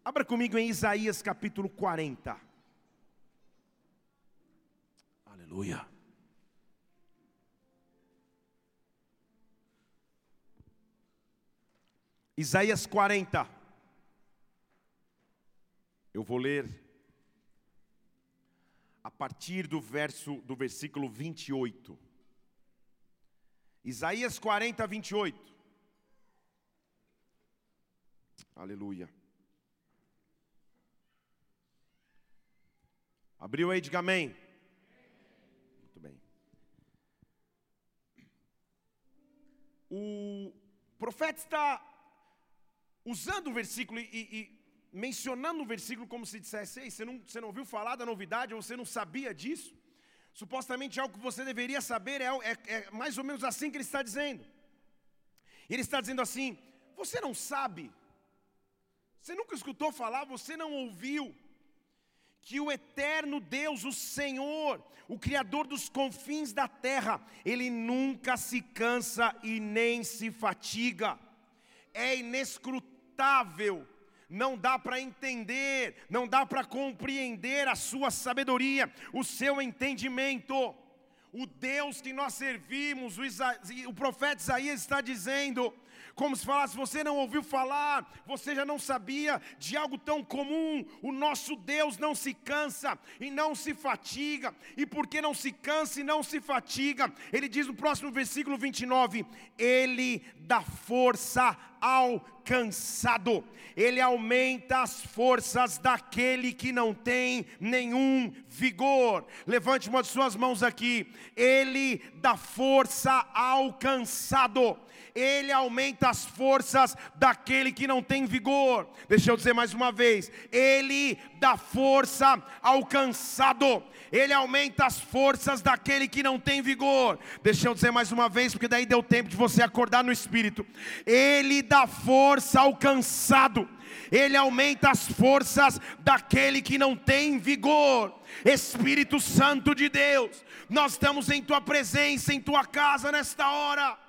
Abra comigo em Isaías capítulo 40. Aleluia. Isaías 40. Eu vou ler a partir do versículo 28. Isaías 40, 28. Aleluia. Abriu aí, diga amém. Muito bem. O profeta está usando o versículo e mencionando o versículo como se dissesse: ei, você não ouviu falar da novidade, ou você não sabia disso? Supostamente algo que você deveria saber, é mais ou menos assim que ele está dizendo. Ele está dizendo assim: você não sabe, você nunca escutou falar, você não ouviu, que o eterno Deus, o Senhor, o Criador dos confins da terra, Ele nunca se cansa e nem se fatiga. É inescrutável, não dá para entender, não dá para compreender a sua sabedoria, o seu entendimento. O Deus que nós servimos, o profeta Isaías está dizendo, como se falasse: você não ouviu falar, você já não sabia de algo tão comum. O nosso Deus não se cansa e não se fatiga. E porque não se cansa e não se fatiga, ele diz no próximo versículo 29, Ele dá força ao cansado, Ele aumenta as forças daquele que não tem nenhum vigor. Levante uma de suas mãos aqui. Ele dá força ao cansado, Ele aumenta as forças daquele que não tem vigor. Deixa eu dizer mais uma vez: Ele dá força ao cansado, Ele aumenta as forças daquele que não tem vigor. Deixa eu dizer mais uma vez, porque daí deu tempo de você acordar no Espírito. Ele dá força ao cansado, Ele aumenta as forças daquele que não tem vigor. Espírito Santo de Deus, nós estamos em Tua presença, em Tua casa nesta hora.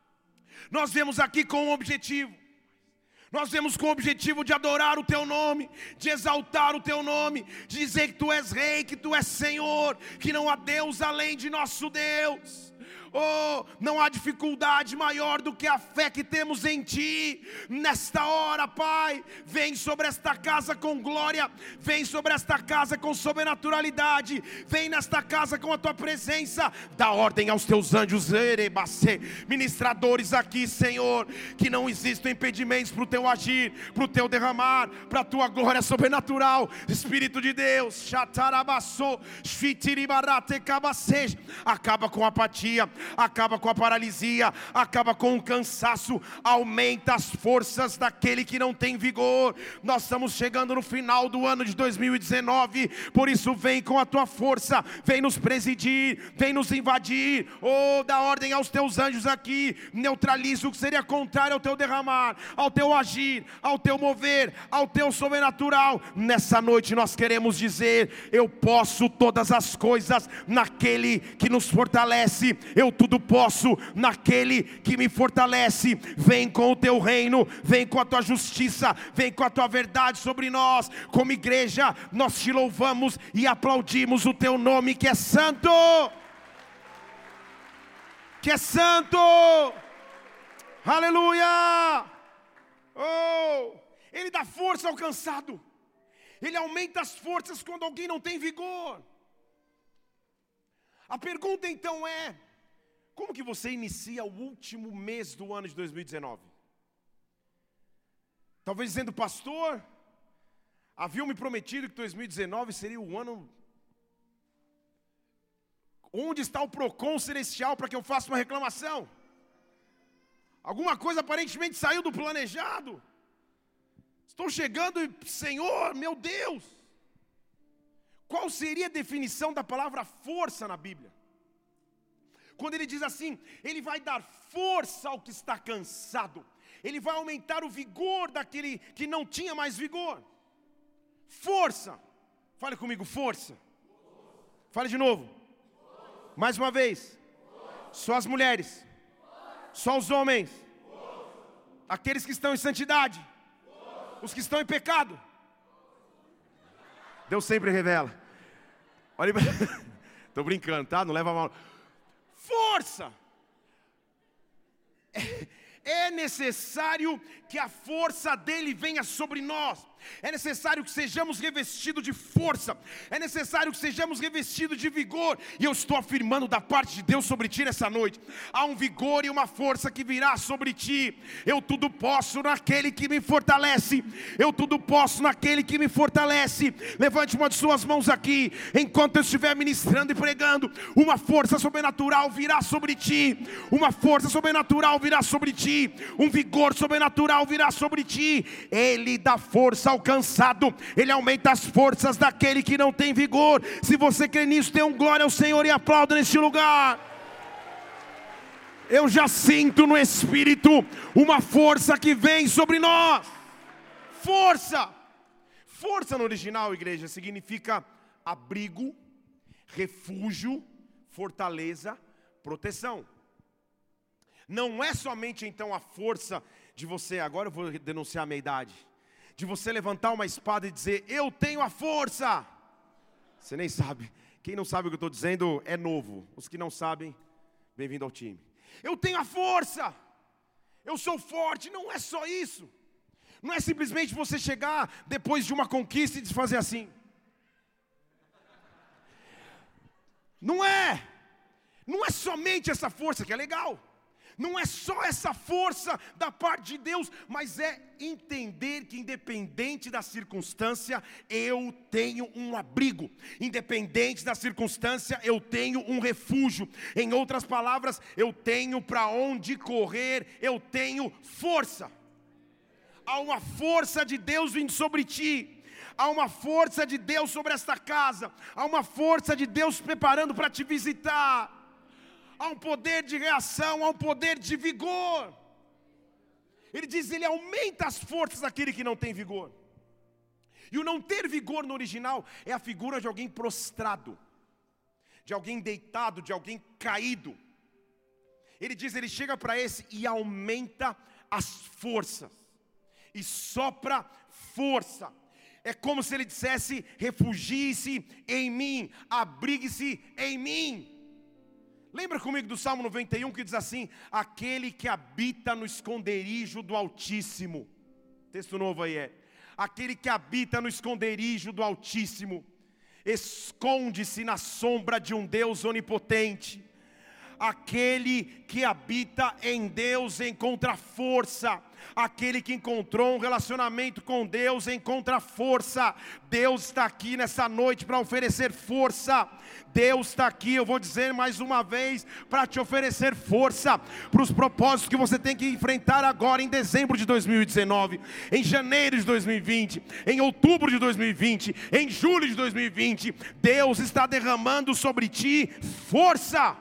Nós viemos aqui com um objetivo. Nós viemos com o objetivo de adorar o Teu nome, de exaltar o Teu nome, de dizer que Tu és Rei, que Tu és Senhor, que não há Deus além de nosso Deus. Oh, não há dificuldade maior do que a fé que temos em Ti. Nesta hora, Pai, vem sobre esta casa com glória, vem sobre esta casa com sobrenaturalidade, vem nesta casa com a Tua presença. Dá ordem aos Teus anjos, ministradores aqui, Senhor, que não existam impedimentos para o Teu agir, para o Teu derramar, para a Tua glória sobrenatural. Espírito de Deus, acaba com a apatia, acaba com a paralisia, acaba com o cansaço, aumenta as forças daquele que não tem vigor. Nós estamos chegando no final do ano de 2019, por isso vem com a Tua força, vem nos presidir, vem nos invadir. Oh, dá ordem aos Teus anjos aqui, neutraliza o que seria contrário ao Teu derramar, ao Teu agir, ao Teu mover, ao Teu sobrenatural. Nessa noite nós queremos dizer: eu posso todas as coisas naquele que nos fortalece. Eu tudo posso naquele que me fortalece. Vem com o Teu reino, vem com a Tua justiça, vem com a Tua verdade sobre nós. Como igreja, nós Te louvamos e aplaudimos o Teu nome, que é santo, que é santo. Aleluia. Oh, Ele dá força ao cansado, Ele aumenta as forças quando alguém não tem vigor. A pergunta então é: como que você inicia o último mês do ano de 2019? Talvez dizendo: pastor, haviam me prometido que 2019 seria o ano. Onde está o PROCON celestial para que eu faça uma reclamação? Alguma coisa aparentemente saiu do planejado. Estou chegando e, Senhor, meu Deus. Qual seria a definição da palavra força na Bíblia? Quando ele diz assim: Ele vai dar força ao que está cansado, Ele vai aumentar o vigor daquele que não tinha mais vigor. Força. Fale comigo: força. Fale de novo. Mais uma vez. Só as mulheres. Só os homens. Aqueles que estão em santidade. Os que estão em pecado. Deus sempre revela. Olha, estou brincando, tá? Não leva mal. Força! É necessário que a força dele venha sobre nós. É necessário que sejamos revestidos de força. É necessário que sejamos revestidos de vigor. E eu estou afirmando da parte de Deus sobre ti nessa noite. Há um vigor e uma força que virá sobre ti. Eu tudo posso naquele que me fortalece. Eu tudo posso naquele que me fortalece. Levante uma de suas mãos aqui. Enquanto eu estiver ministrando e pregando, uma força sobrenatural virá sobre ti. Uma força sobrenatural virá sobre ti. Um vigor sobrenatural virá sobre ti. Ele dá força ao cansado, ele aumenta as forças daquele que não tem vigor. Se você crê nisso, dê um glória ao Senhor e aplauda neste lugar. Eu já sinto no Espírito uma força que vem sobre nós. Força. Força no original, igreja, significa abrigo, refúgio, fortaleza, proteção. Não é somente então a força de você, agora eu vou denunciar a minha idade, de você levantar uma espada e dizer, eu tenho a força. Você nem sabe. Quem não sabe o que eu estou dizendo é novo. Os que não sabem, bem-vindo ao time. Eu tenho a força. Eu sou forte. Não é só isso. Não é simplesmente você chegar depois de uma conquista e fazer assim. Não é. Não é somente essa força que é legal. Não é só essa força da parte de Deus, mas é entender que independente da circunstância, eu tenho um abrigo. Independente da circunstância, eu tenho um refúgio. Em outras palavras, eu tenho para onde correr, eu tenho força. Há uma força de Deus vindo sobre ti. Há uma força de Deus sobre esta casa. Há uma força de Deus preparando para te visitar. Há um poder de reação, há um poder de vigor. Ele diz, ele aumenta as forças daquele que não tem vigor. E o não ter vigor no original é a figura de alguém prostrado, de alguém deitado, de alguém caído. Ele diz, ele chega para esse e aumenta as forças. E sopra força. É como se ele dissesse, refugie-se em mim, abrigue-se em mim. Lembra comigo do Salmo 91 que diz assim, aquele que habita no esconderijo do Altíssimo. Texto novo aí é, aquele que habita no esconderijo do Altíssimo, esconde-se na sombra de um Deus onipotente. Aquele que habita em Deus encontra força. Aquele que encontrou um relacionamento com Deus encontra força. Deus está aqui nessa noite para oferecer força. Deus está aqui, eu vou dizer mais uma vez, para te oferecer força para os propósitos que você tem que enfrentar agora em dezembro de 2019, em janeiro de 2020, em outubro de 2020, em julho de 2020. Deus está derramando sobre ti força.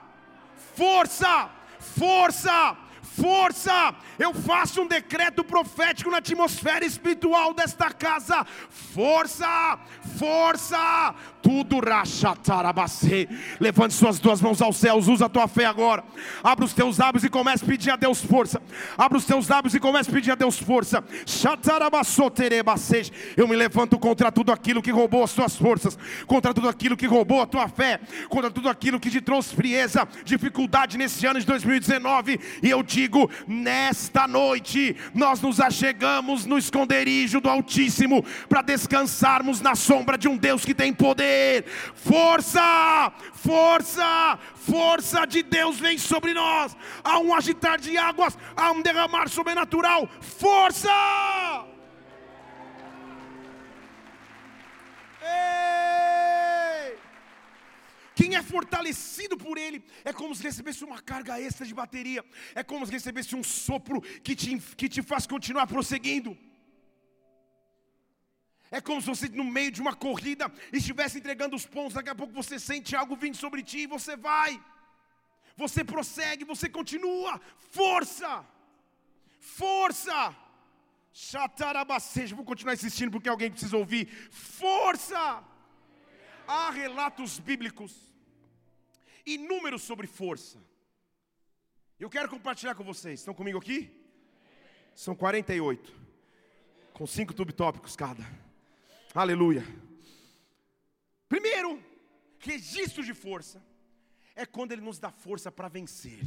Força, força, força. Eu faço um decreto profético na atmosfera espiritual desta casa. Força, força. Tudo rachatarabacê. Levante suas duas mãos aos céus, usa a tua fé agora. Abra os teus lábios e comece a pedir a Deus força. Abra os teus lábios e comece a pedir a Deus força. Eu me levanto contra tudo aquilo que roubou as tuas forças, contra tudo aquilo que roubou a tua fé, contra tudo aquilo que te trouxe frieza, dificuldade nesse ano de 2019. E eu digo, nesta noite, nós nos achegamos no esconderijo do Altíssimo para descansarmos na sombra de um Deus que tem poder. Força, força, força de Deus vem sobre nós. Há um agitar de águas, há um derramar sobrenatural. Força! Ei! Quem é fortalecido por Ele é como se recebesse uma carga extra de bateria. É como se recebesse um sopro que te faz continuar prosseguindo. É como se você no meio de uma corrida estivesse entregando os pontos. Daqui a pouco você sente algo vindo sobre ti e você vai. Você prossegue, você continua. Força! Força! Chatarabaceja. Vou continuar insistindo porque alguém precisa ouvir. Força! Há relatos bíblicos inúmeros sobre força. Eu quero compartilhar com vocês. Estão comigo aqui? São 48. Com 5 subtópicos cada. Aleluia. registro de força é quando Ele nos dá força para vencer.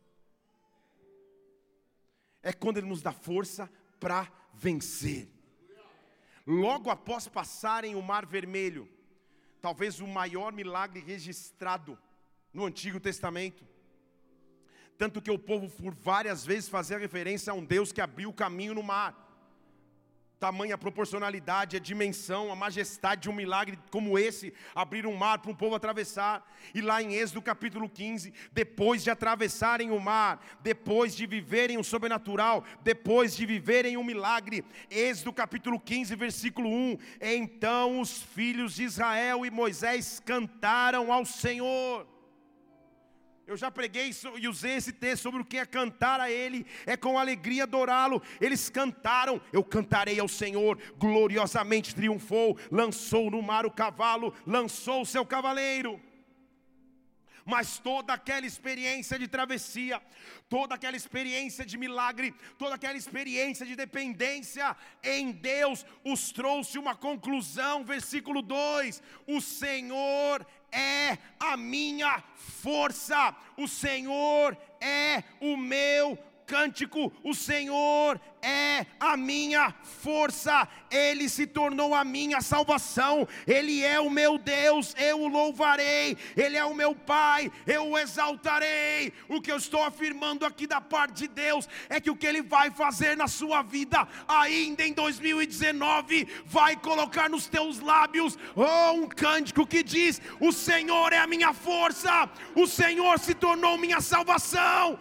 É quando Ele nos dá força para vencer. Logo após passarem o Mar Vermelho, talvez o maior milagre registrado no Antigo Testamento. Tanto que o povo por várias vezes fazia referência a um Deus que abriu o caminho no mar. Tamanha proporcionalidade, a dimensão, a majestade de um milagre como esse, abrir um mar para um povo atravessar. E lá em Êxodo capítulo 15, depois de atravessarem o mar, depois de viverem o sobrenatural, depois de viverem um milagre, Êxodo capítulo 15, versículo 1, então os filhos de Israel e Moisés cantaram ao Senhor. Eu já preguei e usei esse texto sobre o que é cantar a Ele, é com alegria adorá-lo. Eles cantaram, eu cantarei ao Senhor, gloriosamente triunfou, lançou no mar o cavalo, lançou o seu cavaleiro. Mas toda aquela experiência de travessia, toda aquela experiência de milagre, toda aquela experiência de dependência em Deus, os trouxe uma conclusão, versículo 2, o Senhor é a minha força, o Senhor é o meu cântico, o Senhor é a minha força, Ele se tornou a minha salvação, Ele é o meu Deus, eu o louvarei, Ele é o meu Pai, eu o exaltarei. O que eu estou afirmando aqui da parte de Deus é que o que Ele vai fazer na sua vida ainda em 2019 vai colocar nos teus lábios um cântico que diz: o Senhor é a minha força, o Senhor se tornou minha salvação.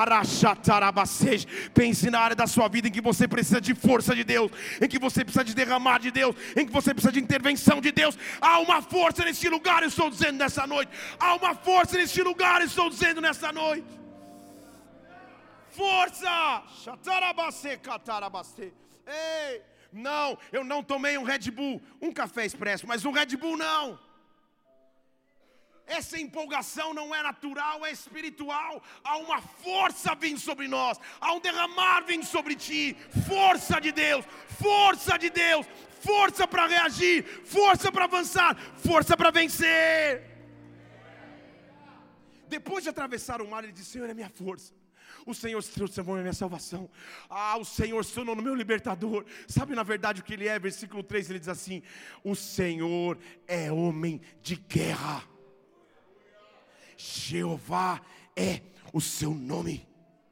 Pense na área da sua vida em que você precisa de força de Deus, em que você precisa de derramar de Deus, em que você precisa de intervenção de Deus. Há uma força nesse lugar, eu estou dizendo nessa noite. Há uma força nesse lugar, eu estou dizendo nessa noite. Força! Ei, não, eu não tomei um Red Bull, um café expresso, mas um Red Bull não. Essa empolgação não é natural, é espiritual. Há uma força vindo sobre nós, há um derramar vindo sobre ti. Força de Deus, força de Deus, força para reagir, força para avançar, força para vencer. Depois de atravessar o mar, ele disse: Senhor é minha força, o Senhor se transformou em minha salvação. O Senhor se tornou no meu libertador. Sabe na verdade o que Ele é? Versículo 3, ele diz assim: o Senhor é homem de guerra. Jeová é o seu nome.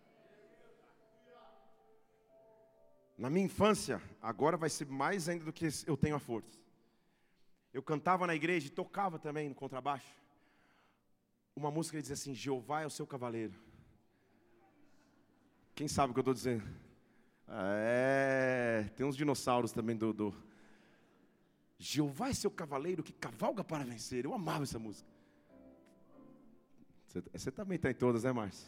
Na minha infância, agora vai ser mais ainda do que eu tenho a força. Eu cantava na igreja e tocava também no contrabaixo. Uma música que dizia assim: Jeová é o seu cavaleiro. Quem sabe o que eu estou dizendo? Tem uns dinossauros também do Jeová é seu cavaleiro que cavalga para vencer. Eu amava essa música. Você também está em todas, né, Márcio?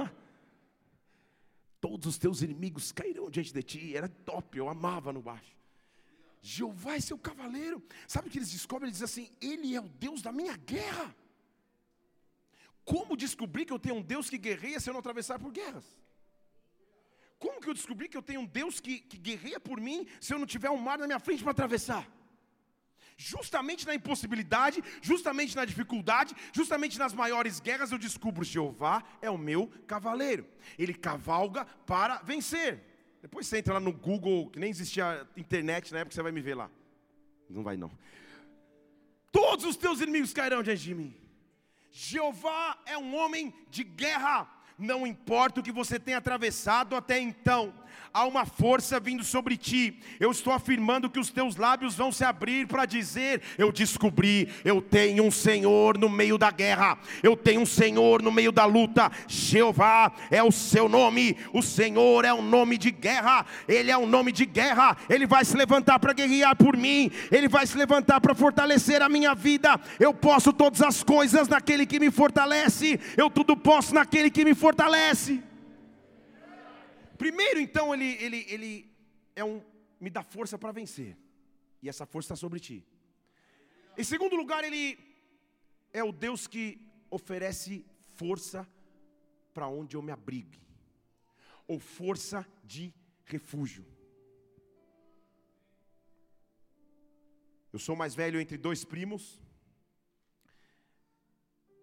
Todos os teus inimigos cairão diante de ti. Era top, eu amava no baixo. Jeová é seu cavaleiro. Sabe o que eles descobrem? Eles dizem assim: Ele é o Deus da minha guerra. Como descobrir que eu tenho um Deus que guerreia se eu não atravessar por guerras? Como que eu descobri que eu tenho um Deus que guerreia por mim se eu não tiver um mar na minha frente para atravessar? Justamente na impossibilidade, justamente na dificuldade, justamente nas maiores guerras eu descubro: Jeová é o meu cavaleiro. Ele cavalga para vencer. Depois você entra lá no Google, que nem existia internet na época, você vai me ver lá. Não vai não. Todos os teus inimigos cairão diante de mim. Jeová é um homem de guerra. Não importa o que você tenha atravessado até então, há uma força vindo sobre ti. Eu estou afirmando que os teus lábios vão se abrir para dizer: eu descobri, eu tenho um Senhor no meio da guerra, eu tenho um Senhor no meio da luta. Jeová é o seu nome, o Senhor é um nome de guerra, Ele é um nome de guerra. Ele vai se levantar para guerrear por mim, Ele vai se levantar para fortalecer a minha vida. Eu posso todas as coisas naquele que me fortalece, eu tudo posso naquele que me fortalece. Primeiro, então, ele me dá força para vencer. E essa força está sobre ti. Em segundo lugar, Ele é o Deus que oferece força para onde eu me abrigue, ou força de refúgio. Eu sou mais velho entre dois primos.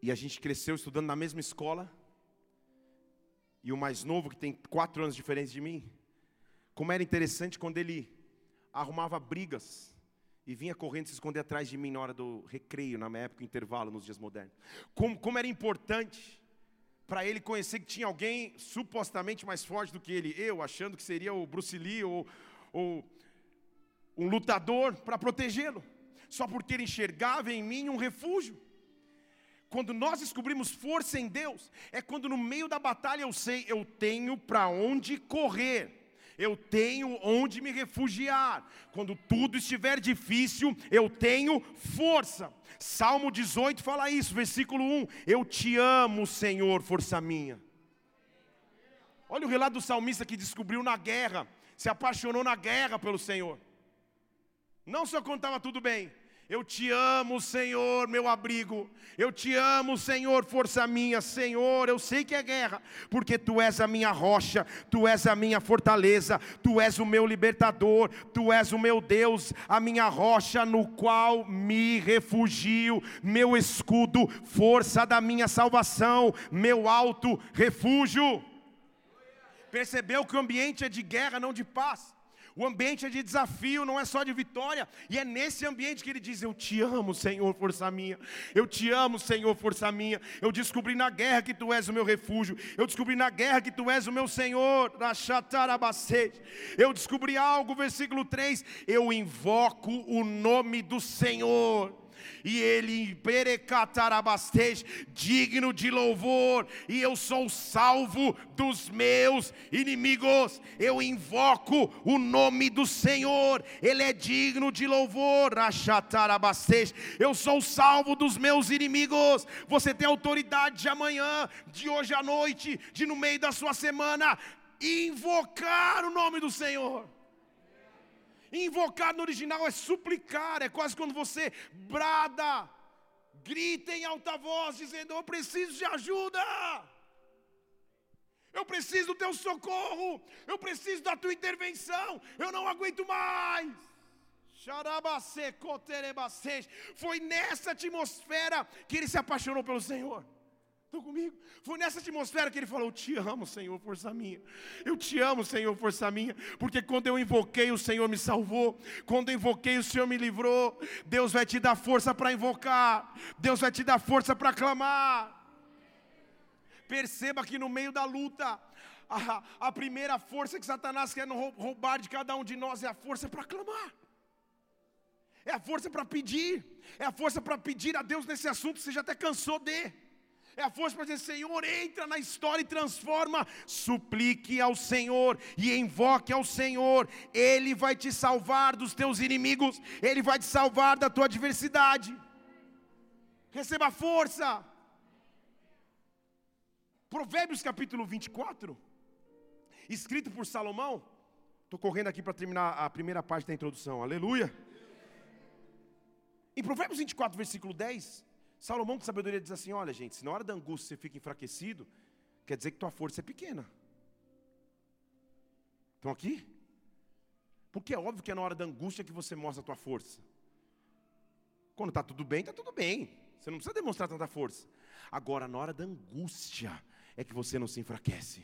E a gente cresceu estudando na mesma escola. E o mais novo, que tem 4 anos de diferença de mim, como era interessante quando ele arrumava brigas e vinha correndo se esconder atrás de mim na hora do recreio, na minha época, intervalo, nos dias modernos. Como era importante para ele conhecer que tinha alguém supostamente mais forte do que ele. Eu, achando que seria o Bruce Lee ou um lutador, para protegê-lo. Só porque ele enxergava em mim um refúgio. Quando nós descobrimos força em Deus, é quando no meio da batalha eu sei, eu tenho para onde correr. Eu tenho onde me refugiar. Quando tudo estiver difícil, eu tenho força. Salmo 18 fala isso, versículo 1. Eu te amo, Senhor, força minha. Olha o relato do salmista que descobriu na guerra, se apaixonou na guerra pelo Senhor. Não só quando estava tudo bem. Eu te amo, Senhor, meu abrigo. Eu te amo, Senhor, força minha. Senhor, eu sei que é guerra, porque Tu és a minha rocha, Tu és a minha fortaleza, Tu és o meu libertador, Tu és o meu Deus, a minha rocha no qual me refugio, meu escudo, força da minha salvação, meu alto refúgio. Percebeu que o ambiente é de guerra, não de paz. O ambiente é de desafio, não é só de vitória. E é nesse ambiente que ele diz, eu te amo, Senhor, força minha. Eu te amo, Senhor, força minha. Eu descobri na guerra que Tu és o meu refúgio. Eu descobri na guerra que Tu és o meu Senhor. Eu descobri algo, versículo 3. Eu invoco o nome do Senhor. E Ele, digno de louvor, e eu sou salvo dos meus inimigos. Eu invoco o nome do Senhor, Ele é digno de louvor. Eu sou salvo dos meus inimigos. Você tem autoridade de amanhã, de hoje à noite, de no meio da sua semana, invocar o nome do Senhor. Invocar no original é suplicar, é quase quando você brada, grita em alta voz, dizendo, eu preciso de ajuda, eu preciso do Teu socorro, eu preciso da Tua intervenção, eu não aguento mais. Foi nessa atmosfera que ele se apaixonou pelo Senhor. Estão comigo? Foi nessa atmosfera que ele falou, eu te amo, Senhor, força minha. Eu te amo, Senhor, força minha. Porque quando eu invoquei, o Senhor me salvou. Quando eu invoquei, o Senhor me livrou. Deus vai te dar força para invocar. Deus vai te dar força para clamar. Perceba que no meio da luta, a primeira força que Satanás quer roubar de cada um de nós é a força para clamar. É a força para pedir. É a força para pedir a Deus nesse assunto que você já até cansou de. É a força para dizer, Senhor, entra na história e transforma. Suplique ao Senhor e invoque ao Senhor. Ele vai te salvar dos teus inimigos. Ele vai te salvar da tua adversidade. Receba força. Provérbios capítulo 24, escrito por Salomão. Estou correndo aqui para terminar a primeira parte da introdução. Aleluia. Em Provérbios 24, versículo 10... Salomão com sabedoria diz assim, olha gente, se na hora da angústia você fica enfraquecido, quer dizer que tua força é pequena. Estão aqui? Porque é óbvio que é na hora da angústia que você mostra a tua força. Quando está tudo bem, está tudo bem. Você não precisa demonstrar tanta força. Agora, na hora da angústia, é que você não se enfraquece.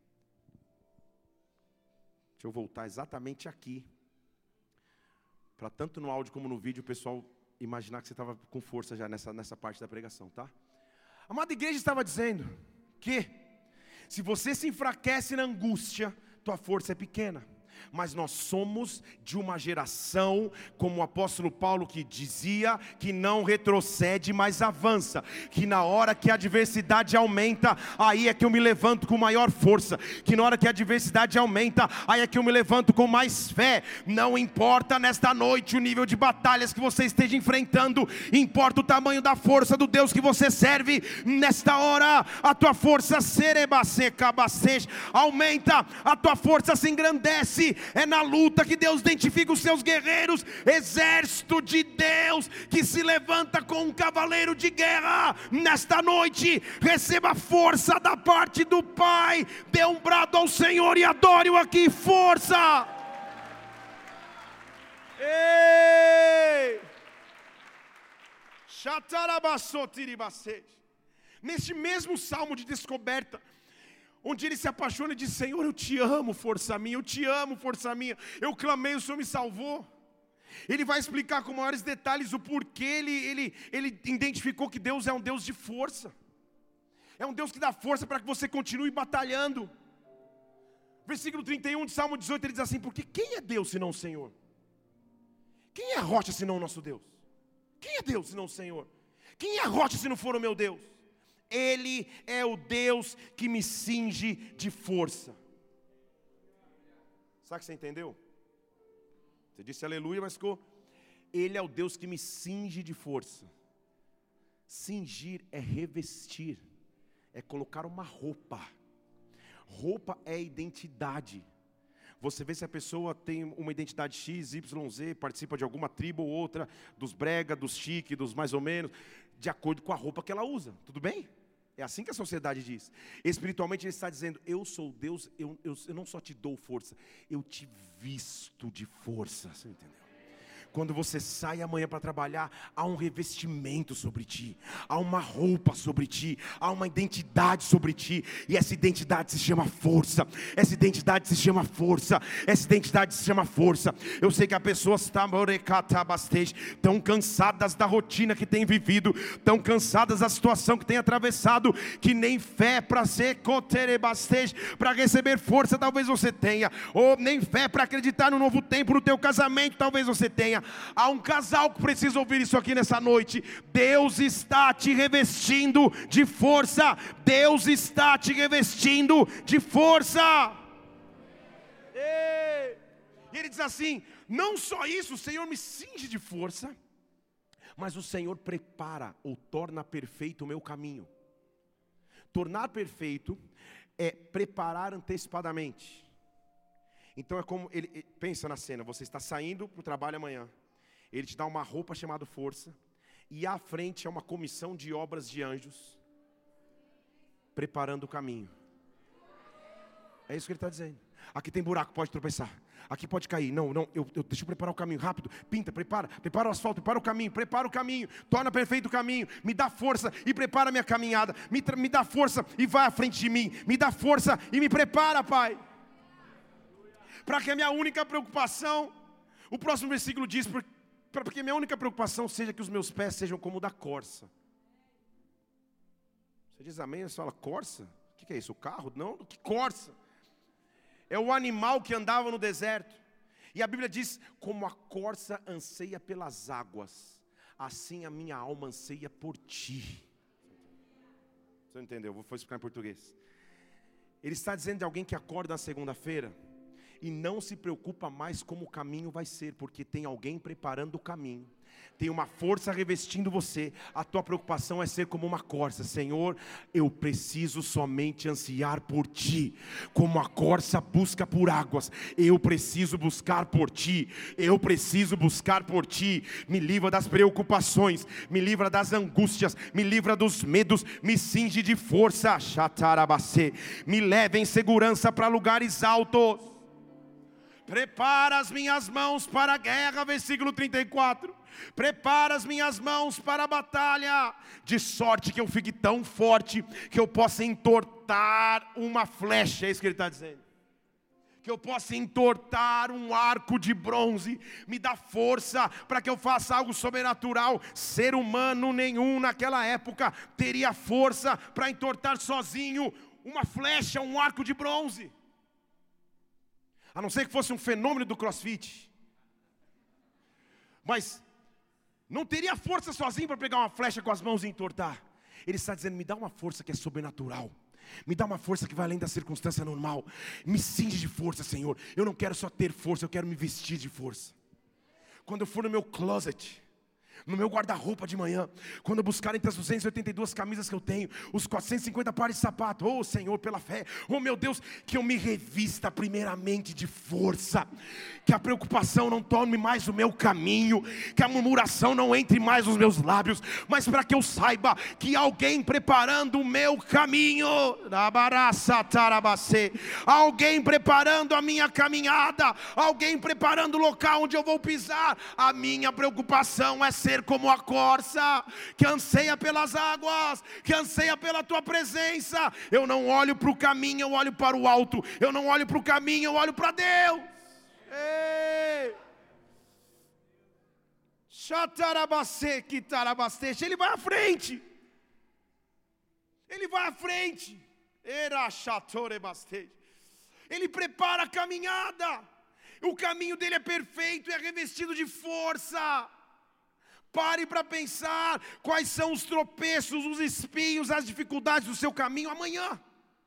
Deixa eu voltar exatamente aqui. Para tanto no áudio como no vídeo, o pessoal imaginar que você estava com força já nessa parte da pregação, tá? A amada igreja estava dizendo que se você se enfraquece na angústia, tua força é pequena. Mas nós somos de uma geração, como o apóstolo Paulo que dizia, que não retrocede, mas avança. Que na hora que a adversidade aumenta, aí é que eu me levanto com maior força. Que na hora que a adversidade aumenta, aí é que eu me levanto com mais fé. Não importa nesta noite o nível de batalhas que você esteja enfrentando, importa o tamanho da força do Deus que você serve. Nesta hora, a tua força aumenta, a tua força se engrandece. É na luta que Deus identifica os seus guerreiros. Exército de Deus que se levanta com um cavaleiro de guerra. Nesta noite, receba força da parte do Pai. Dê um brado ao Senhor e adore-o aqui. Força! Ei! Neste mesmo salmo de descoberta, onde ele se apaixona e diz: Senhor, eu te amo, força minha, eu te amo, força minha. Eu clamei, o Senhor me salvou. Ele vai explicar com maiores detalhes o porquê ele identificou que Deus é um Deus de força. É um Deus que dá força para que você continue batalhando. Versículo 31 de Salmo 18, ele diz assim: porque quem é Deus senão o Senhor? Quem é a rocha senão o nosso Deus? Quem é Deus senão o Senhor? Quem é a rocha se não for o meu Deus? Ele é o Deus que me cinge de força. Sabe o que você entendeu? Você disse aleluia, mas ficou: Ele é o Deus que me cinge de força. Cingir é revestir, é colocar uma roupa. Roupa é identidade. Você vê se a pessoa tem uma identidade X, Y, Z, participa de alguma tribo ou outra, dos brega, dos chique, dos mais ou menos, de acordo com a roupa que ela usa. Tudo bem? É assim que a sociedade diz. Espiritualmente ele está dizendo: eu sou Deus, eu não só te dou força, eu te visto de força. Você entendeu? Quando você sai amanhã para trabalhar, há um revestimento sobre ti, há uma roupa sobre ti, há uma identidade sobre ti, e essa identidade se chama força, essa identidade se chama força, essa identidade se chama força. Eu sei que as pessoas estão cansadas da rotina que tem vivido, estão cansadas da situação que tem atravessado, que nem fé para ser para receber força talvez você tenha, ou nem fé para acreditar no novo tempo no teu casamento talvez você tenha. Há um casal que precisa ouvir isso aqui nessa noite. Deus está te revestindo de força. Deus está te revestindo de força. E ele diz assim: não só isso, o Senhor me cinge de força, mas o Senhor prepara ou torna perfeito o meu caminho. Tornar perfeito é preparar antecipadamente. Então é como, ele pensa na cena, você está saindo para o trabalho amanhã, ele te dá uma roupa chamada força, e à frente é uma comissão de obras de anjos, preparando o caminho. É isso que ele está dizendo. Aqui tem buraco, pode tropeçar, aqui pode cair, não, deixa eu preparar o caminho, rápido, pinta, prepara o asfalto, prepara o caminho, torna perfeito o caminho, me dá força e prepara a minha caminhada, me dá força e vai à frente de mim, me dá força e me prepara, Pai. Para que a minha única preocupação, o próximo versículo diz, para que a minha única preocupação seja que os meus pés sejam como o da corça. Você diz amém, você fala: corça? O que é isso? O carro? Não, que corça? É o animal que andava no deserto. E a Bíblia diz: como a corça anseia pelas águas, assim a minha alma anseia por ti. Você não entendeu? Vou explicar em português. Ele está dizendo de alguém que acorda na segunda-feira e não se preocupa mais como o caminho vai ser, porque tem alguém preparando o caminho, tem uma força revestindo você. A tua preocupação é ser como uma corça. Senhor, eu preciso somente ansiar por ti, como a corça busca por águas. Eu preciso buscar por ti, eu preciso buscar por ti. Me livra das preocupações, me livra das angústias, me livra dos medos, me cinge de força, me leva em segurança para lugares altos. Prepara as minhas mãos para a guerra, versículo 34. Prepara as minhas mãos para a batalha, de sorte que eu fique tão forte que eu possa entortar uma flecha. É isso que ele está dizendo. Que eu possa entortar um arco de bronze. Me dá força para que eu faça algo sobrenatural. Ser humano nenhum naquela época teria força para entortar sozinho uma flecha, um arco de bronze. A não ser que fosse um fenômeno do CrossFit. Mas não teria força sozinho para pegar uma flecha com as mãos e entortar. Ele está dizendo: me dá uma força que é sobrenatural. Me dá uma força que vai além da circunstância normal. Me cinge de força, Senhor. Eu não quero só ter força, eu quero me vestir de força. Quando eu for no meu closet, no meu guarda-roupa de manhã, quando eu buscar entre as 282 camisas que eu tenho, os 450 pares de sapato, oh Senhor, pela fé, oh meu Deus, que eu me revista primeiramente de força, que a preocupação não tome mais o meu caminho, que a murmuração não entre mais nos meus lábios, mas para que eu saiba que alguém preparando o meu caminho, alguém preparando a minha caminhada, alguém preparando o local onde eu vou pisar. A minha preocupação é ser ser como a corça que anseia pelas águas, que anseia pela tua presença. Eu não olho para o caminho, eu olho para o alto. Eu não olho para o caminho, eu olho para Deus. Ei! Ele vai à frente. Ele vai à frente. Ele prepara a caminhada. O caminho dele é perfeito, é revestido de força. Pare para pensar quais são os tropeços, os espinhos, as dificuldades do seu caminho amanhã.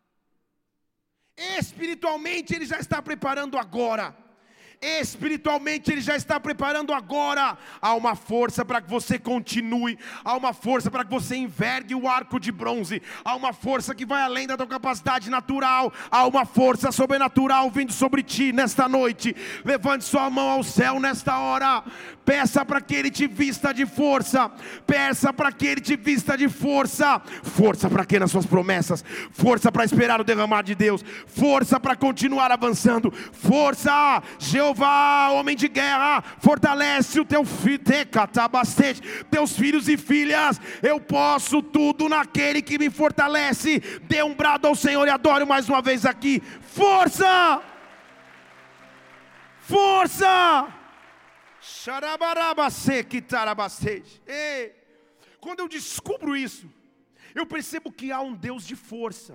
Espiritualmente ele já está preparando agora. Espiritualmente ele já está preparando agora. Há uma força para que você continue. Há uma força para que você envergue o arco de bronze. Há uma força que vai além da tua capacidade natural. Há uma força sobrenatural vindo sobre ti nesta noite. Levante sua mão ao céu nesta hora. Peça para que ele te vista de força. Peça para que ele te vista de força. Força para quê? Nas suas promessas. Força para esperar o derramar de Deus. Força para continuar avançando. Força, Jeová, homem de guerra, fortalece o teu filho, teus filhos e filhas. Eu posso tudo naquele que me fortalece. Dê um brado ao Senhor e adore mais uma vez aqui. Força! Força! Ei, quando eu descubro isso, eu percebo que há um Deus de força,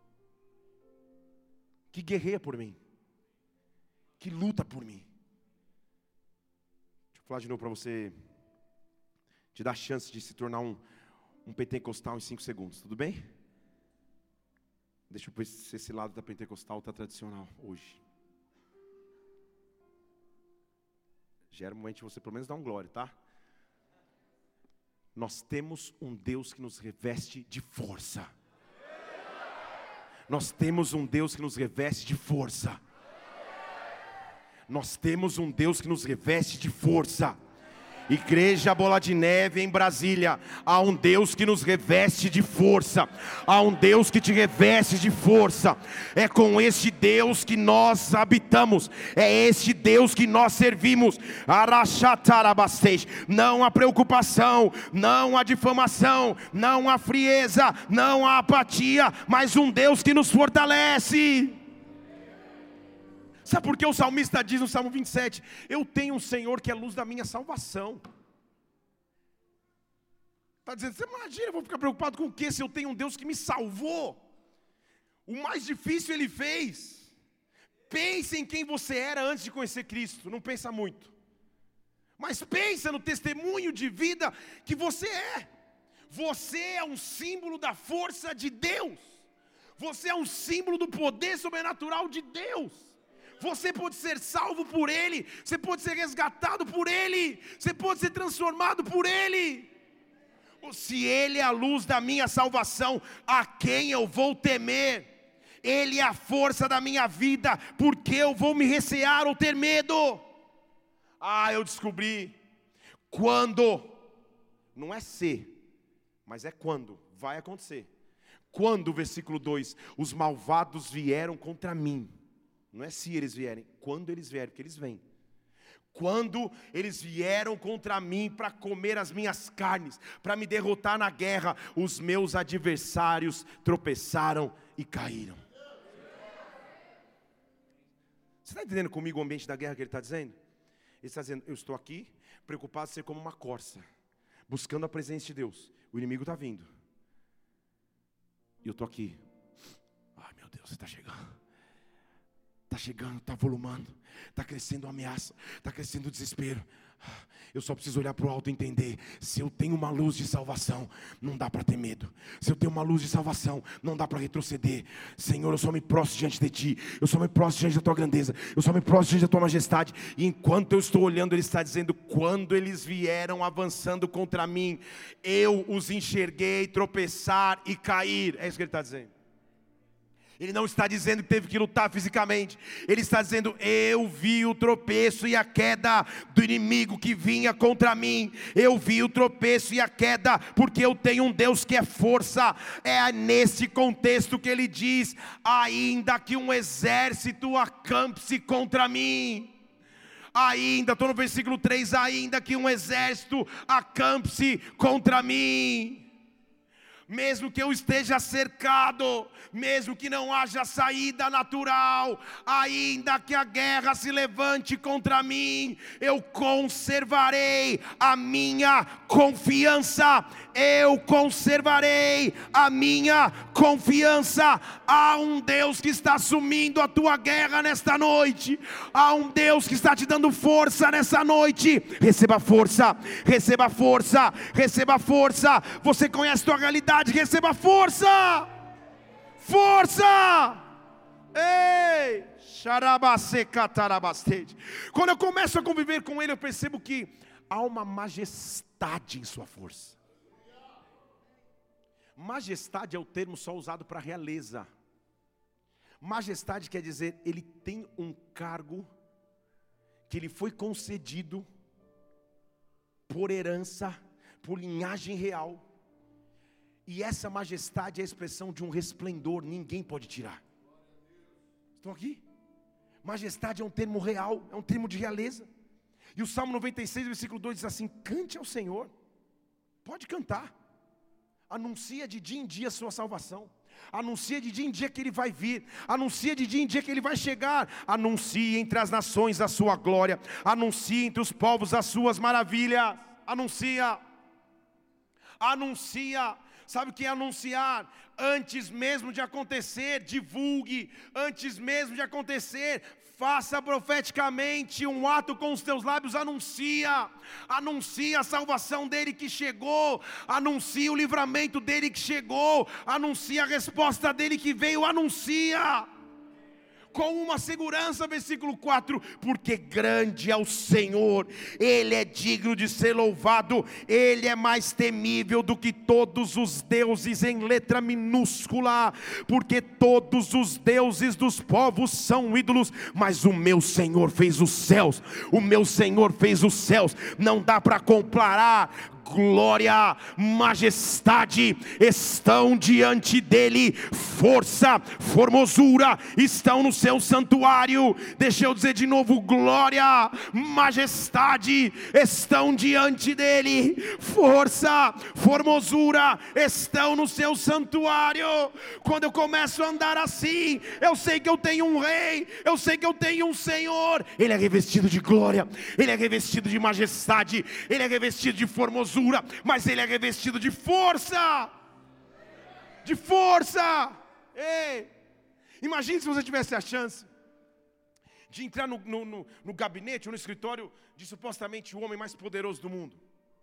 que guerreia por mim, que luta por mim. Deixa eu falar de novo para você te dar a chance de se tornar um pentecostal em 5 segundos, tudo bem? Deixa eu ver se esse lado da pentecostal está tradicional hoje. Geralmente você pelo menos dá um glória, tá? Nós temos um Deus que nos reveste de força. Nós temos um Deus que nos reveste de força. Nós temos um Deus que nos reveste de força. Igreja Bola de Neve em Brasília, há um Deus que nos reveste de força. Há um Deus que te reveste de força. É com este Deus que nós habitamos. É este Deus que nós servimos. Não há preocupação, não há difamação, não há frieza, não há apatia, mas um Deus que nos fortalece. Sabe por que o salmista diz no Salmo 27? Eu tenho um Senhor que é a luz da minha salvação. Está dizendo, você imagina, eu vou ficar preocupado com o quê? Se eu tenho um Deus que me salvou. O mais difícil Ele fez. Pense em quem você era antes de conhecer Cristo. Não pensa muito. Mas pensa no testemunho de vida que você é. Você é um símbolo da força de Deus. Você é um símbolo do poder sobrenatural de Deus. Você pode ser salvo por Ele. Você pode ser resgatado por Ele. Você pode ser transformado por Ele. Se Ele é a luz da minha salvação, a quem eu vou temer? Ele é a força da minha vida, por que eu vou me recear ou ter medo? Eu descobri. Quando, não é se, mas é quando, vai acontecer. Quando, versículo 2, os malvados vieram contra mim. Não é se eles vierem, quando eles vierem, porque eles vêm. Quando eles vieram contra mim para comer as minhas carnes, para me derrotar na guerra, os meus adversários tropeçaram e caíram. Você está entendendo comigo o ambiente da guerra que ele está dizendo? Ele está dizendo, eu estou aqui, preocupado em ser como uma corça, buscando a presença de Deus. O inimigo está vindo. E eu estou aqui. Ai meu Deus, você está chegando. Está chegando, está volumando, está crescendo a ameaça, está crescendo o desespero. Eu só preciso olhar para o alto e entender. Se eu tenho uma luz de salvação, não dá para ter medo. Se eu tenho uma luz de salvação, não dá para retroceder. Senhor, eu só me prostro diante de Ti. Eu só me prostro diante da Tua grandeza. Eu só me prostro diante da Tua majestade. E enquanto eu estou olhando, Ele está dizendo, quando eles vieram avançando contra mim, eu os enxerguei tropeçar e cair. É isso que Ele está dizendo. Ele não está dizendo que teve que lutar fisicamente. Ele está dizendo, eu vi o tropeço e a queda do inimigo que vinha contra mim. Eu vi o tropeço e a queda, porque eu tenho um Deus que é força. É nesse contexto que ele diz, ainda que um exército acampe-se contra mim. ainda, estou no versículo 3, ainda que um exército acampe-se contra mim, mesmo que eu esteja cercado, mesmo que não haja saída natural, ainda que a guerra se levante contra mim, eu conservarei a minha confiança. Eu conservarei a minha confiança. Há um Deus que está assumindo a tua guerra nesta noite. Há um Deus que está te dando força nessa noite. Receba força, receba força, receba força. Você conhece a tua realidade, receba força. Força! Ei! Quando eu começo a conviver com Ele, eu percebo que há uma majestade em sua força. Majestade é o termo só usado para realeza. Majestade quer dizer, Ele tem um cargo que lhe foi concedido por herança, por linhagem real. E essa majestade é a expressão de um resplendor, ninguém pode tirar. Estão aqui? Majestade é um termo real, é um termo de realeza. E o Salmo 96, versículo 2 diz assim: cante ao Senhor, pode cantar. Anuncia de dia em dia a sua salvação. Anuncia de dia em dia que Ele vai vir. Anuncia de dia em dia que Ele vai chegar. Anuncie entre as nações a sua glória. Anuncie entre os povos as suas maravilhas. Anuncia. Anuncia. Sabe o que é anunciar? Antes mesmo de acontecer, divulgue. Antes mesmo de acontecer, faça profeticamente um ato com os teus lábios. Anuncia. Anuncia a salvação dele que chegou. Anuncia o livramento dele que chegou. Anuncia a resposta dele que veio. Anuncia. Com uma segurança, versículo 4, porque grande é o Senhor, Ele é digno de ser louvado, Ele é mais temível do que todos os deuses, em letra minúscula, porque todos os deuses dos povos são ídolos, mas o meu Senhor fez os céus, o meu Senhor fez os céus, não dá para comparar. Glória, majestade estão diante dele, força, formosura estão no seu santuário. Deixa eu dizer de novo: glória, majestade estão diante dele, força, formosura estão no seu santuário. Quando eu começo a andar assim, eu sei que eu tenho um rei, eu sei que eu tenho um Senhor. Ele é revestido de glória, Ele é revestido de majestade, Ele é revestido de formosura, mas Ele é revestido de força. De força. Ei, imagine se você tivesse a chance de entrar no gabinete ou no escritório de supostamente o homem mais poderoso do mundo.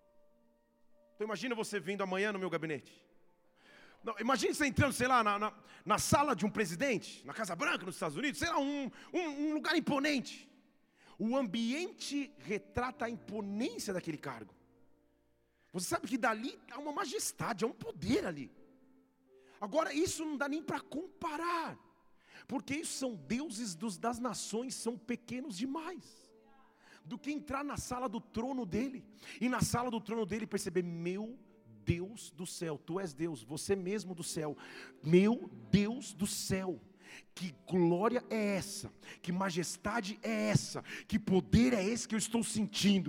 Então imagina você vindo amanhã no meu gabinete. Não, imagine você entrando, sei lá, na sala de um presidente, na Casa Branca, nos Estados Unidos, sei lá, um lugar imponente. O ambiente retrata a imponência daquele cargo. Você sabe que dali há uma majestade, há um poder ali. Agora, isso não dá nem para comparar, porque isso são deuses das nações, são pequenos demais, do que entrar na sala do trono dele, e na sala do trono dele perceber: meu Deus do céu, tu és Deus, você mesmo do céu, meu Deus do céu. Que glória é essa? Que majestade é essa? Que poder é esse que eu estou sentindo?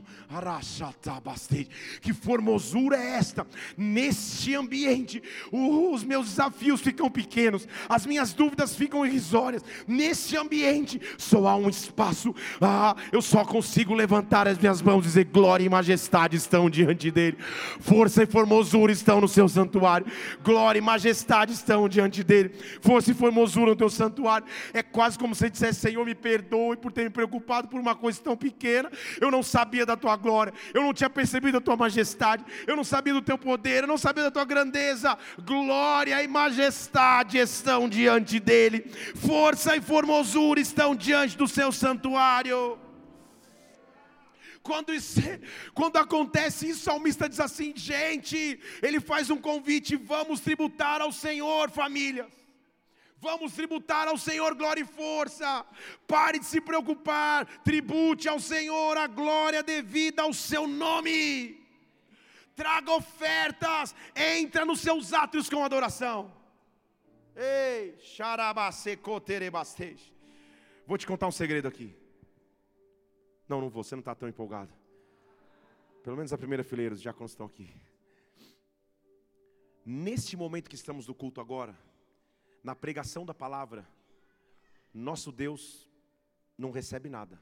Que formosura é esta? Neste ambiente, os meus desafios ficam pequenos, as minhas dúvidas ficam irrisórias. Neste ambiente, só há um espaço. Eu só consigo levantar as minhas mãos e dizer: glória e majestade estão diante dele. Força e formosura estão no seu santuário. Glória e majestade estão diante dele. Força e formosura no teu santuário. É quase como se dissesse: Senhor, me perdoe por ter me preocupado por uma coisa tão pequena. Eu não sabia da tua glória, eu não tinha percebido a tua majestade, eu não sabia do teu poder, eu não sabia da tua grandeza. Glória e majestade estão diante dele, força e formosura estão diante do seu santuário. Quando acontece isso, o salmista diz assim: gente, ele faz um convite: vamos tributar ao Senhor, famílias. Vamos tributar ao Senhor glória e força. Pare de se preocupar. Tribute ao Senhor a glória devida ao seu nome. Traga ofertas. Entra nos seus átrios com adoração. Ei, xarabasecoterebastej. Vou te contar um segredo aqui. Não vou, você não está tão empolgado. Pelo menos a primeira fileira, os diáconos estão aqui. Neste momento que estamos do culto agora, na pregação da palavra, nosso Deus não recebe nada.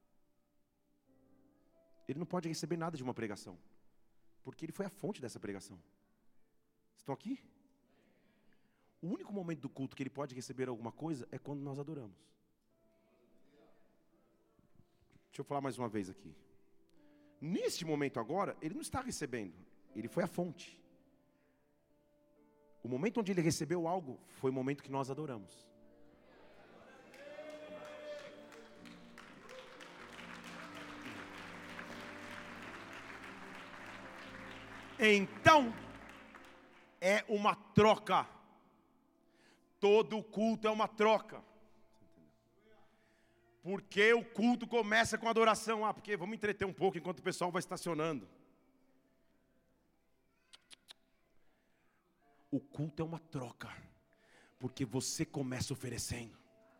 Ele não pode receber nada de uma pregação, porque Ele foi a fonte dessa pregação. Estão aqui? O único momento do culto que Ele pode receber alguma coisa é quando nós adoramos. Deixa eu falar mais uma vez aqui. Neste momento agora, Ele não está recebendo, Ele foi a fonte. O momento onde Ele recebeu algo, foi o momento que nós adoramos. Então, é uma troca. Todo culto é uma troca. Porque o culto começa com adoração. Porque vamos entreter um pouco enquanto o pessoal vai estacionando. O culto é uma troca. Porque você começa oferecendo.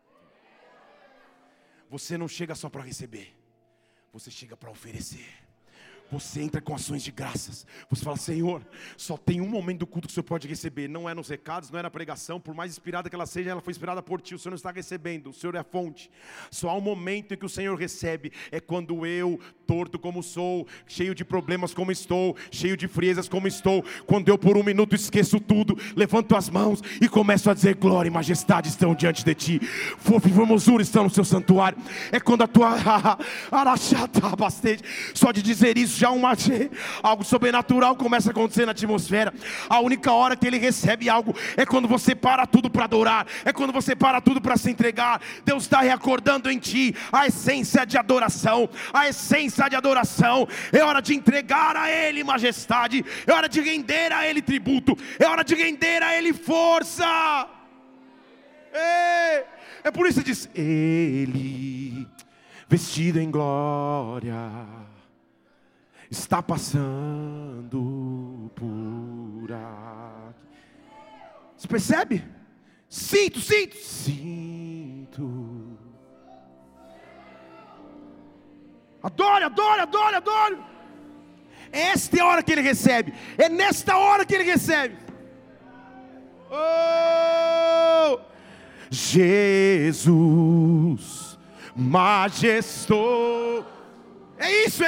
Você não chega só para receber. Você chega para oferecer. Você entra com ações de graças. Você fala: Senhor, só tem um momento do culto que o Senhor pode receber. Não é nos recados, não é na pregação. Por mais inspirada que ela seja, ela foi inspirada por Ti. O Senhor não está recebendo, o Senhor é a fonte. Só há um momento em que o Senhor recebe. É quando eu, torto como sou, cheio de problemas como estou, cheio de friezas como estou, quando eu por um minuto esqueço tudo, levanto as mãos e começo a dizer: glória e majestade estão diante de Ti, fofo e formosura estão no Seu santuário. É quando a Tua só de dizer isso, já algo sobrenatural começa a acontecer na atmosfera. A única hora que Ele recebe algo é quando você para tudo para adorar, é quando você para tudo para se entregar. Deus está reacordando em ti a essência de adoração, a essência de adoração. É hora de entregar a Ele majestade, é hora de render a Ele tributo, é hora de render a Ele força. É por isso que diz: Ele, vestido em glória, está passando por aqui. Você percebe? Sinto. Adore. Esta é a hora que Ele recebe. É nesta hora que Ele recebe. Oh, Jesus majestoso. É isso.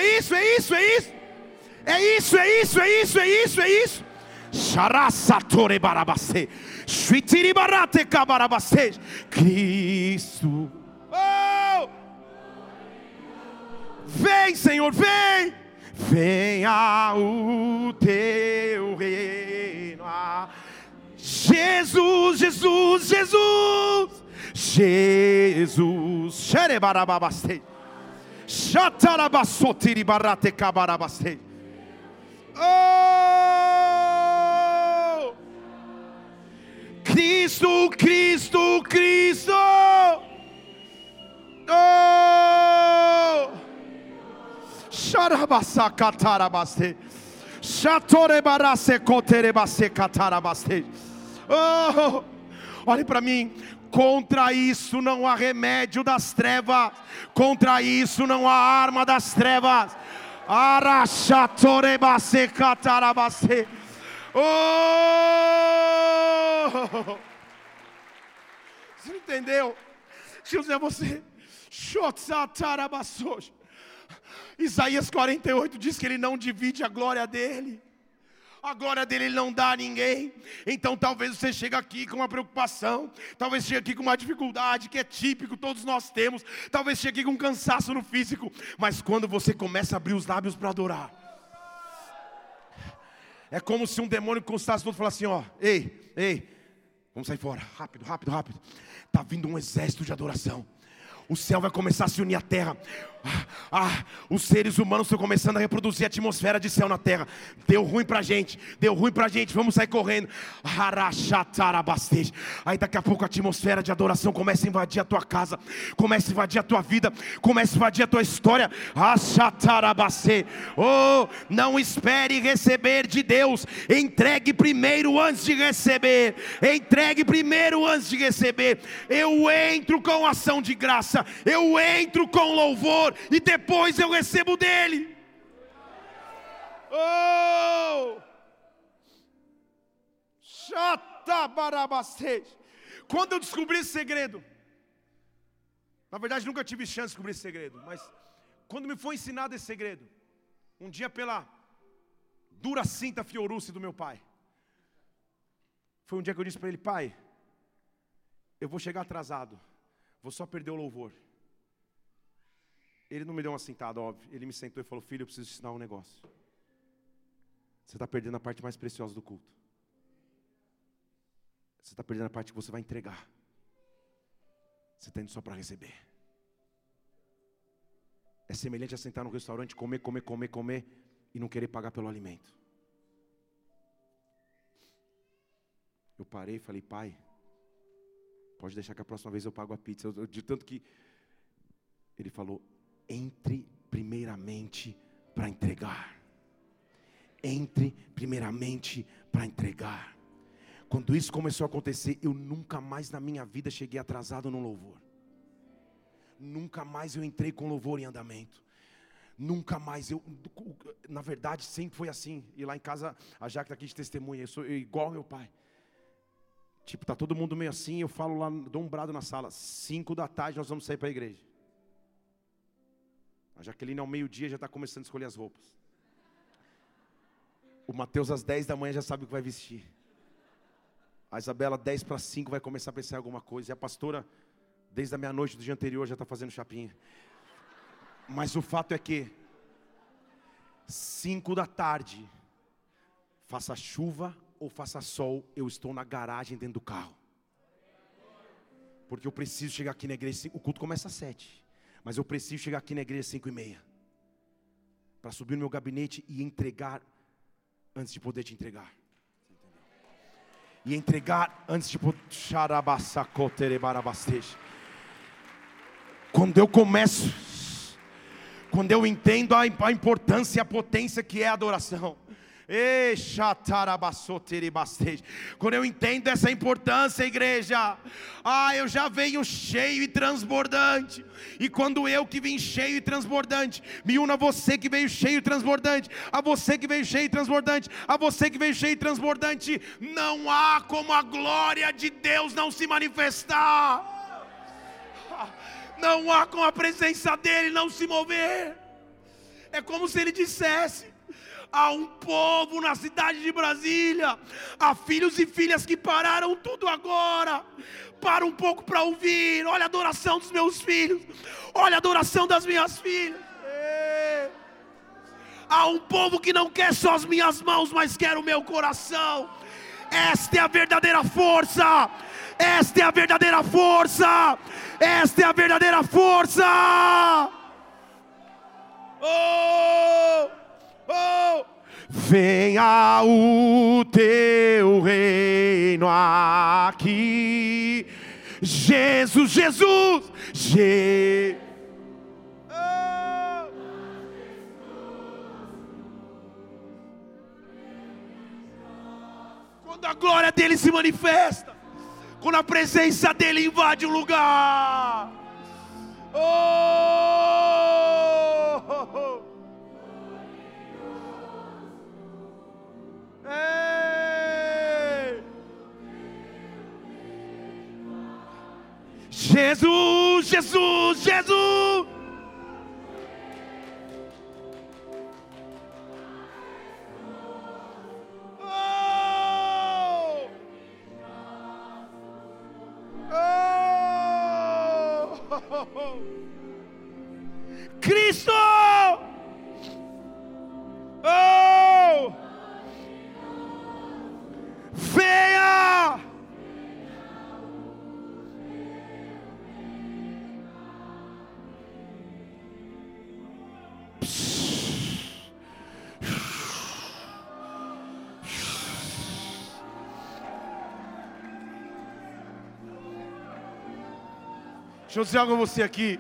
Charasatore barabase, shitiri barate kabarabase, Cristo. Oh! Vem, Senhor, vem. Venha o Teu reino. Jesus. Xerebarabase. Shatarabasotiri barate kabarabase. Oh! Cristo. Oh! Sharabasa katarabase. Shatorebarase koterebase katarabaste. Oh! Olhe para mim. Contra isso não há remédio das trevas. Contra isso não há arma das trevas. Arachatorebase katarabase. Oh! Você não entendeu? Deixa eu dizer a você. Isaías 48 diz que Ele não divide a glória dEle. A glória dEle Ele não dá a ninguém. Então talvez você chegue aqui com uma preocupação, talvez chegue aqui com uma dificuldade que é típico, todos nós temos. Talvez chegue aqui com um cansaço no físico. Mas quando você começa a abrir os lábios para adorar, é como se um demônio constasse todo e falasse assim: ó, ei, vamos sair fora, rápido. Está vindo um exército de adoração. O céu vai começar a se unir à terra. Os seres humanos estão começando a reproduzir a atmosfera de céu na terra. Deu ruim pra gente, vamos sair correndo. Aí daqui a pouco a atmosfera de adoração começa a invadir a tua casa, começa a invadir a tua vida, começa a invadir a tua história. Oh, não espere receber de Deus. Entregue primeiro antes de receber. Eu entro com ação de graça. graça, eu entro com louvor e depois eu recebo dele. Oh! Quando eu descobri esse segredo, na verdade nunca tive chance de descobrir esse segredo, mas quando me foi ensinado esse segredo, um dia pela dura cinta Fiorucci do meu pai, foi um dia que eu disse para ele: pai, eu vou chegar atrasado, vou só perder o louvor. Ele não me deu uma sentada, óbvio. Ele me sentou e falou: filho, eu preciso te ensinar um negócio. Você está perdendo a parte mais preciosa do culto. Você está perdendo a parte que você vai entregar. Você está indo só para receber. É semelhante a sentar no restaurante, comer e não querer pagar pelo alimento. Eu parei e falei: pai, pode deixar que a próxima vez eu pago a pizza. De tanto que ele falou: entre primeiramente para entregar. Entre primeiramente para entregar. Quando isso começou a acontecer, eu nunca mais na minha vida cheguei atrasado no louvor. Nunca mais eu entrei com louvor em andamento. Nunca mais na verdade sempre foi assim. E lá em casa, a Jaque está aqui de testemunha, eu sou igual ao meu pai. Tipo, tá todo mundo meio assim, eu falo lá, dou um brado na sala: 5 da tarde nós vamos sair para a igreja. A Jaqueline ao meio-dia já está começando a escolher as roupas. O Mateus às 10 da manhã já sabe o que vai vestir. A Isabela 10 para 5 vai começar a pensar em alguma coisa. E a pastora, desde a meia-noite do dia anterior, já está fazendo chapinha. Mas o fato é que 5 da tarde, faça chuva ou faça sol, eu estou na garagem dentro do carro. Porque eu preciso chegar aqui na igreja. O culto começa às 7. Mas eu preciso chegar aqui na igreja às 5:30. Para subir no meu gabinete e entregar antes de poder te entregar. E entregar antes de poder. Quando eu começo, quando eu entendo a importância e a potência que é a adoração. Quando eu entendo essa importância, igreja, eu já venho cheio e transbordante. E quando eu que vim cheio e transbordante, me uno a você que veio cheio e transbordante, a você que veio cheio e transbordante, a você que veio cheio e transbordante, não há como a glória de Deus não se manifestar. Não há como a presença dele não se mover. É como se ele dissesse: há um povo na cidade de Brasília, há filhos e filhas que pararam tudo agora. Para um pouco para ouvir. Olha a adoração dos meus filhos, olha a adoração das minhas filhas. Há um povo que não quer só as minhas mãos, mas quer o meu coração. Esta é a verdadeira força. Esta é a verdadeira força. Esta é a verdadeira força. Oh! Oh! Venha o teu reino aqui, Jesus, Jesus, Jesus. Oh! Quando a glória dele se manifesta, quando a presença dele invade o lugar. Oh! Ei! Jesus, Jesus, Jesus. Oh! Oh! Cristo! Oh! Venha! Deixa eu dizer algo a você aqui.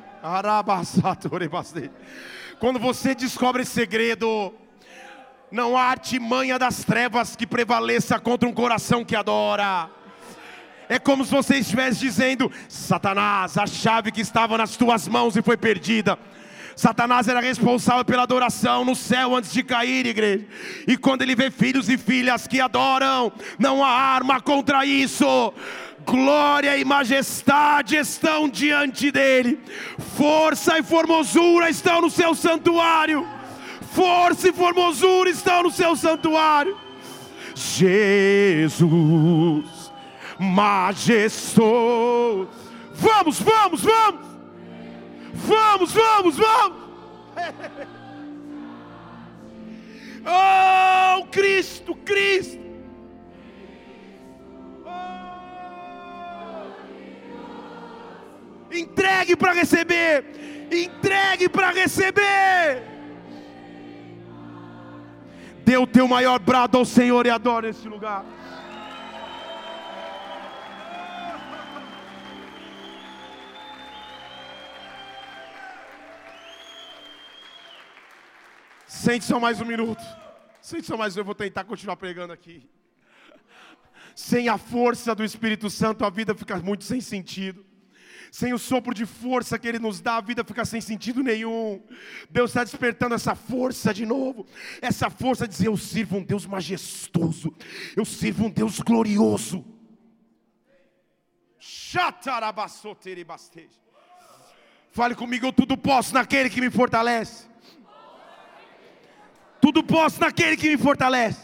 Quando você descobre esse segredo, não há artimanha das trevas que prevaleça contra um coração que adora. É como se você estivesse dizendo: Satanás, a chave que estava nas tuas mãos e foi perdida. Satanás era responsável pela adoração no céu antes de cair, igreja. E quando ele vê filhos e filhas que adoram, não há arma contra isso. Glória e majestade estão diante dele. Força e formosura estão no seu santuário. Força e formosura estão no seu santuário. Jesus, majestoso. Vamos, vamos, vamos. Vamos, vamos, vamos. Oh, Cristo, Cristo. Entregue para receber. Entregue para receber. Dê o teu maior brado ao Senhor e adore nesse lugar. Sente só mais um minuto. Sente só mais um, eu vou tentar continuar pregando aqui. Sem a força do Espírito Santo, a vida fica muito sem sentido. Sem o sopro de força que Ele nos dá, a vida fica sem sentido nenhum. Deus está despertando essa força de novo. Essa força de dizer: eu sirvo um Deus majestoso. Eu sirvo um Deus glorioso. Fale comigo: eu tudo posso naquele que me fortalece. Tudo posso naquele que me fortalece.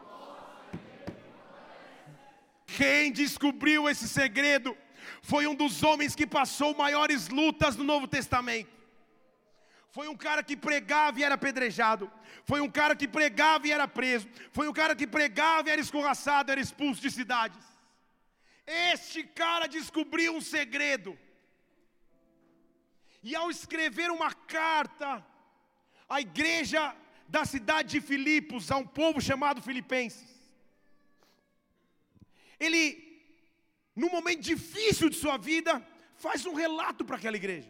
Quem descobriu esse segredo foi um dos homens que passou maiores lutas no Novo Testamento. Foi um cara que pregava e era apedrejado. Foi um cara que pregava e era preso. Foi um cara que pregava e era escorraçado, era expulso de cidades. Este cara descobriu um segredo. E ao escrever uma carta à igreja da cidade de Filipos, a um povo chamado Filipenses, ele, num momento difícil de sua vida, faz um relato para aquela igreja.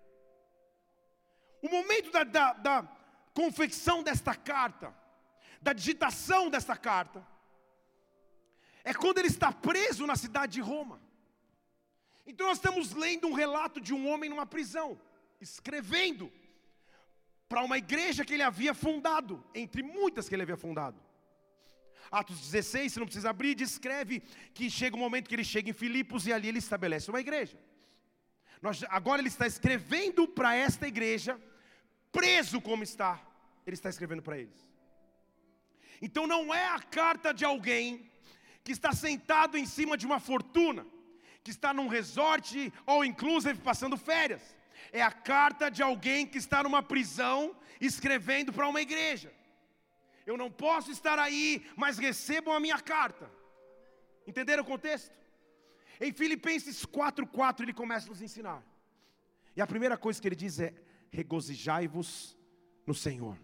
O momento da confecção desta carta, da digitação desta carta, é quando ele está preso na cidade de Roma. Então nós estamos lendo um relato de um homem numa prisão, escrevendo para uma igreja que ele havia fundado, entre muitas que ele havia fundado. Atos 16, você não precisa abrir, descreve que chega um momento que ele chega em Filipos e ali ele estabelece uma igreja. Agora ele está escrevendo para esta igreja, preso como está, ele está escrevendo para eles. Então não é a carta de alguém que está sentado em cima de uma fortuna, que está num resort all inclusive passando férias. É a carta de alguém que está numa prisão escrevendo para uma igreja. Eu não posso estar aí, mas recebam a minha carta. Entenderam o contexto? Em Filipenses 4:4 ele começa a nos ensinar. E a primeira coisa que ele diz é: regozijai-vos no Senhor.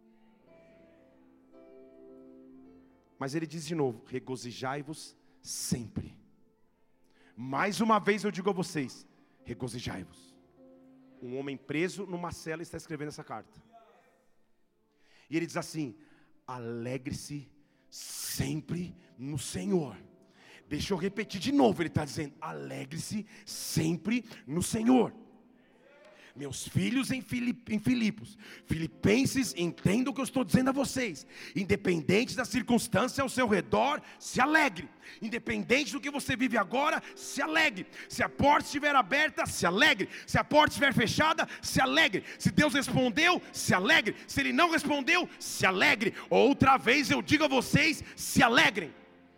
Mas ele diz de novo: regozijai-vos sempre. Mais uma vez eu digo a vocês: regozijai-vos. Um homem preso numa cela está escrevendo essa carta. E ele diz assim: alegre-se sempre no Senhor. Deixa eu repetir de novo, ele está dizendo: alegre-se sempre no Senhor. Meus filhos em Filipos, Filipenses, entendam o que eu estou dizendo a vocês. Independente da circunstância ao seu redor, se alegre. Independente do que você vive agora, se alegre. Se a porta estiver aberta, se alegre. Se a porta estiver fechada, se alegre. Se Deus respondeu, se alegre. Se Ele não respondeu, se alegre. Outra vez eu digo a vocês: se alegrem.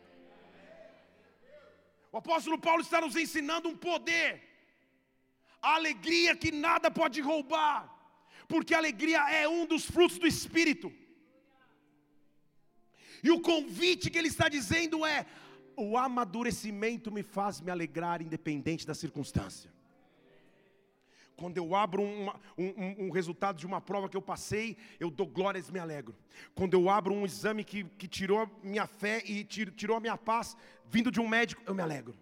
O apóstolo Paulo está nos ensinando um poder, a alegria que nada pode roubar, porque a alegria é um dos frutos do Espírito. E o convite que ele está dizendo é: o amadurecimento me faz me alegrar independente da circunstância. Quando eu abro um resultado de uma prova que eu passei, eu dou glórias e me alegro. Quando eu abro um exame que tirou a minha fé e tirou a minha paz, vindo de um médico, eu me alegro.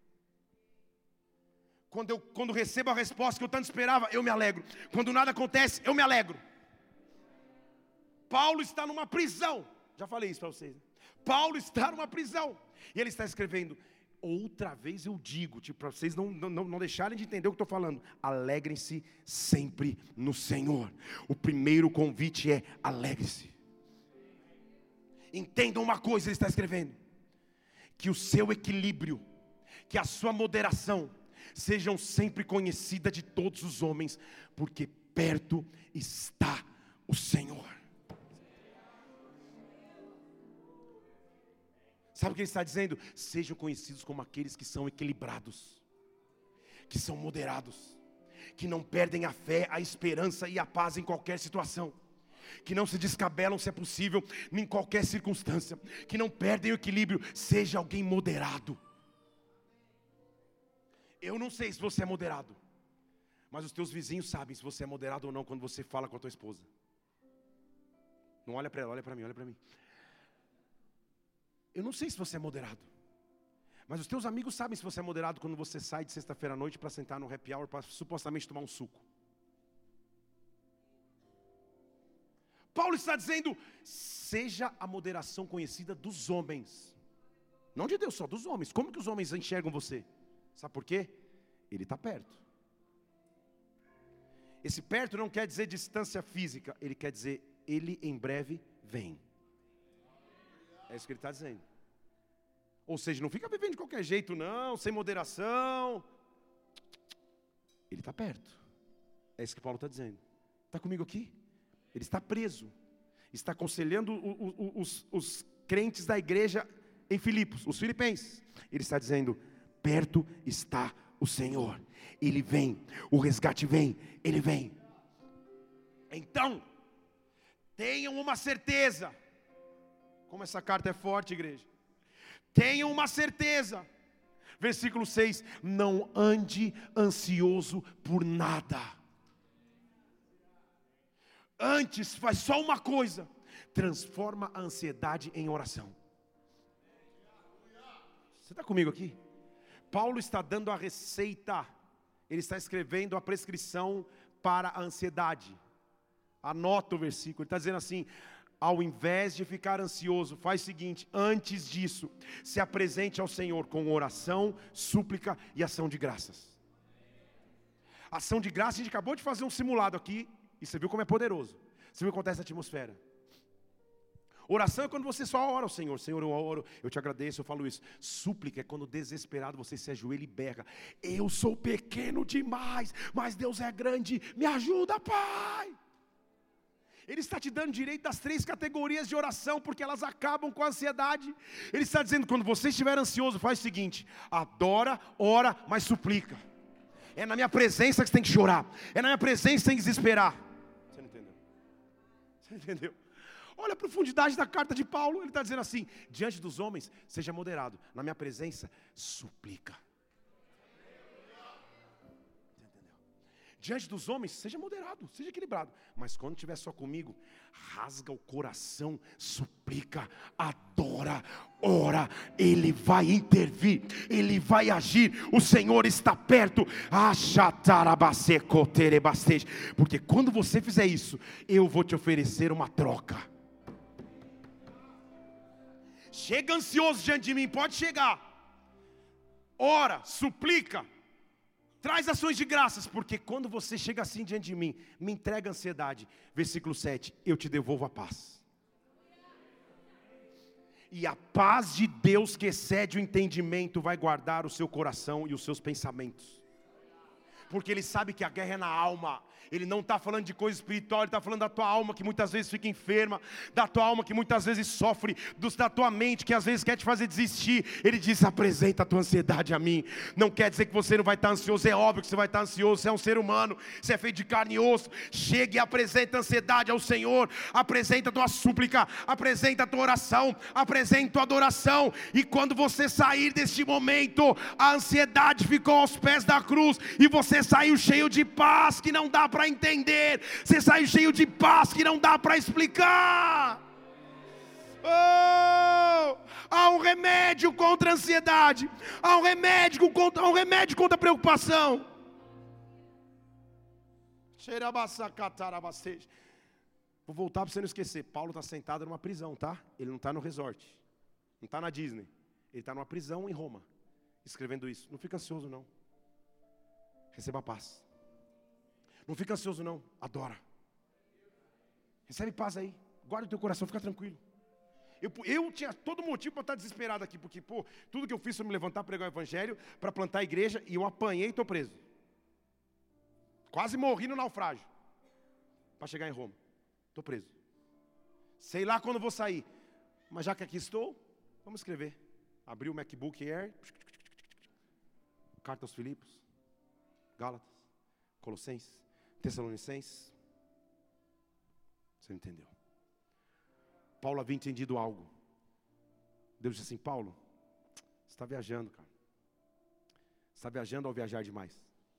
Quando recebo a resposta que eu tanto esperava, eu me alegro. Quando nada acontece, eu me alegro. Paulo está numa prisão. Já falei isso para vocês. Paulo está numa prisão. E ele está escrevendo: outra vez eu digo, para vocês não deixarem de entender o que eu estou falando. Alegrem-se sempre no Senhor. O primeiro convite é: alegre-se. Entendam uma coisa, ele está escrevendo: que o seu equilíbrio, que a sua moderação sejam sempre conhecidas de todos os homens, porque perto está o Senhor. Sabe o que ele está dizendo? Sejam conhecidos como aqueles que são equilibrados, que são moderados, que não perdem a fé, a esperança e a paz em qualquer situação, que não se descabelam, se é possível, em qualquer circunstância, que não perdem o equilíbrio. Seja alguém moderado. Eu não sei se você é moderado, mas os teus vizinhos sabem se você é moderado ou não quando você fala com a tua esposa. Não olha para ela, olha para mim, olha para mim. Eu não sei se você é moderado, mas os teus amigos sabem se você é moderado quando você sai de sexta-feira à noite para sentar no happy hour, para supostamente tomar um suco. Paulo está dizendo: seja a moderação conhecida dos homens, não de Deus, só dos homens. Como que os homens enxergam você? Sabe por quê? Ele está perto. Esse perto não quer dizer distância física, ele quer dizer: ele em breve vem. É isso que ele está dizendo. Ou seja, não fica vivendo de qualquer jeito não, sem moderação. Ele está perto. É isso que Paulo está dizendo. Está comigo aqui? Ele está preso. Está aconselhando os crentes da igreja em Filipos, os filipenses. Ele está dizendo: perto está o Senhor. Ele vem, o resgate vem, Ele vem. Então, tenham uma certeza. Como essa carta é forte, igreja. Tenham uma certeza. Versículo 6: não ande ansioso por nada. Antes, faz só uma coisa: transforma a ansiedade em oração. Você está comigo aqui? Paulo está dando a receita. Ele está escrevendo a prescrição para a ansiedade. Anota o versículo. Ele está dizendo assim: ao invés de ficar ansioso, faz o seguinte: antes disso, se apresente ao Senhor com oração, súplica e ação de graças. Ação de graças, a gente acabou de fazer um simulado aqui, e você viu como é poderoso. Você viu como acontece a atmosfera. Oração é quando você só ora ao Senhor: Senhor, eu oro, eu te agradeço, eu falo isso. Súplica é quando desesperado você se ajoelha e berra: eu sou pequeno demais, mas Deus é grande, me ajuda, Pai. Ele está te dando direito das 3 categorias de oração, porque elas acabam com a ansiedade. Ele está dizendo: quando você estiver ansioso, faz o seguinte: adora, ora, mas suplica. É na minha presença que você tem que chorar, é na minha presença que você tem que desesperar. Você não entendeu? Você não entendeu? Olha a profundidade da carta de Paulo. Ele está dizendo assim: diante dos homens, seja moderado, na minha presença, suplica. Diante dos homens, seja moderado, seja equilibrado. Mas quando estiver só comigo, rasga o coração, suplica, adora, ora. Ele vai intervir, Ele vai agir. O Senhor está perto. Porque quando você fizer isso, eu vou te oferecer uma troca. Chega ansioso diante de mim, pode chegar. Ora, suplica, traz ações de graças, porque quando você chega assim diante de mim, me entrega a ansiedade. Versículo 7, eu te devolvo a paz. E a paz de Deus, que excede o entendimento, vai guardar o seu coração e os seus pensamentos. Porque Ele sabe que a guerra é na alma. Ele não está falando de coisa espiritual, Ele está falando da tua alma que muitas vezes fica enferma, da tua alma que muitas vezes sofre, da tua mente que às vezes quer te fazer desistir. Ele diz: apresenta a tua ansiedade a mim. Não quer dizer que você não vai estar ansioso, é óbvio que você vai estar ansioso, você é um ser humano, você é feito de carne e osso. Chegue e apresenta a ansiedade ao Senhor, apresenta a tua súplica, apresenta a tua oração, apresenta a tua adoração. E quando você sair deste momento, a ansiedade ficou aos pés da cruz, e você saiu cheio de paz que não dá para entender, você saiu cheio de paz que não dá para explicar. Há um remédio contra a ansiedade, há um remédio contra a preocupação. Vou voltar para você não esquecer: Paulo está sentado numa prisão, tá? Ele não está no resort, não está na Disney, ele está numa prisão em Roma. escrevendo isso. Não fica ansioso não. Receba a paz. Não fica ansioso não, adora. Recebe paz aí, guarda o teu coração, fica tranquilo. Eu tinha todo motivo para estar desesperado aqui, porque tudo que eu fiz foi me levantar, pregar o evangelho, para plantar a igreja, e eu apanhei e estou preso. Quase morri no naufrágio, para chegar em Roma. Estou preso. Sei lá quando vou sair, mas já que aqui estou, vamos escrever. Abri o MacBook Air, carta aos Filipos, Gálatas, Colossenses, Tessalonicenses. Você não entendeu? Paulo havia entendido algo. Deus disse assim: Paulo, você está viajando, cara. Você está viajando ao viajar demais.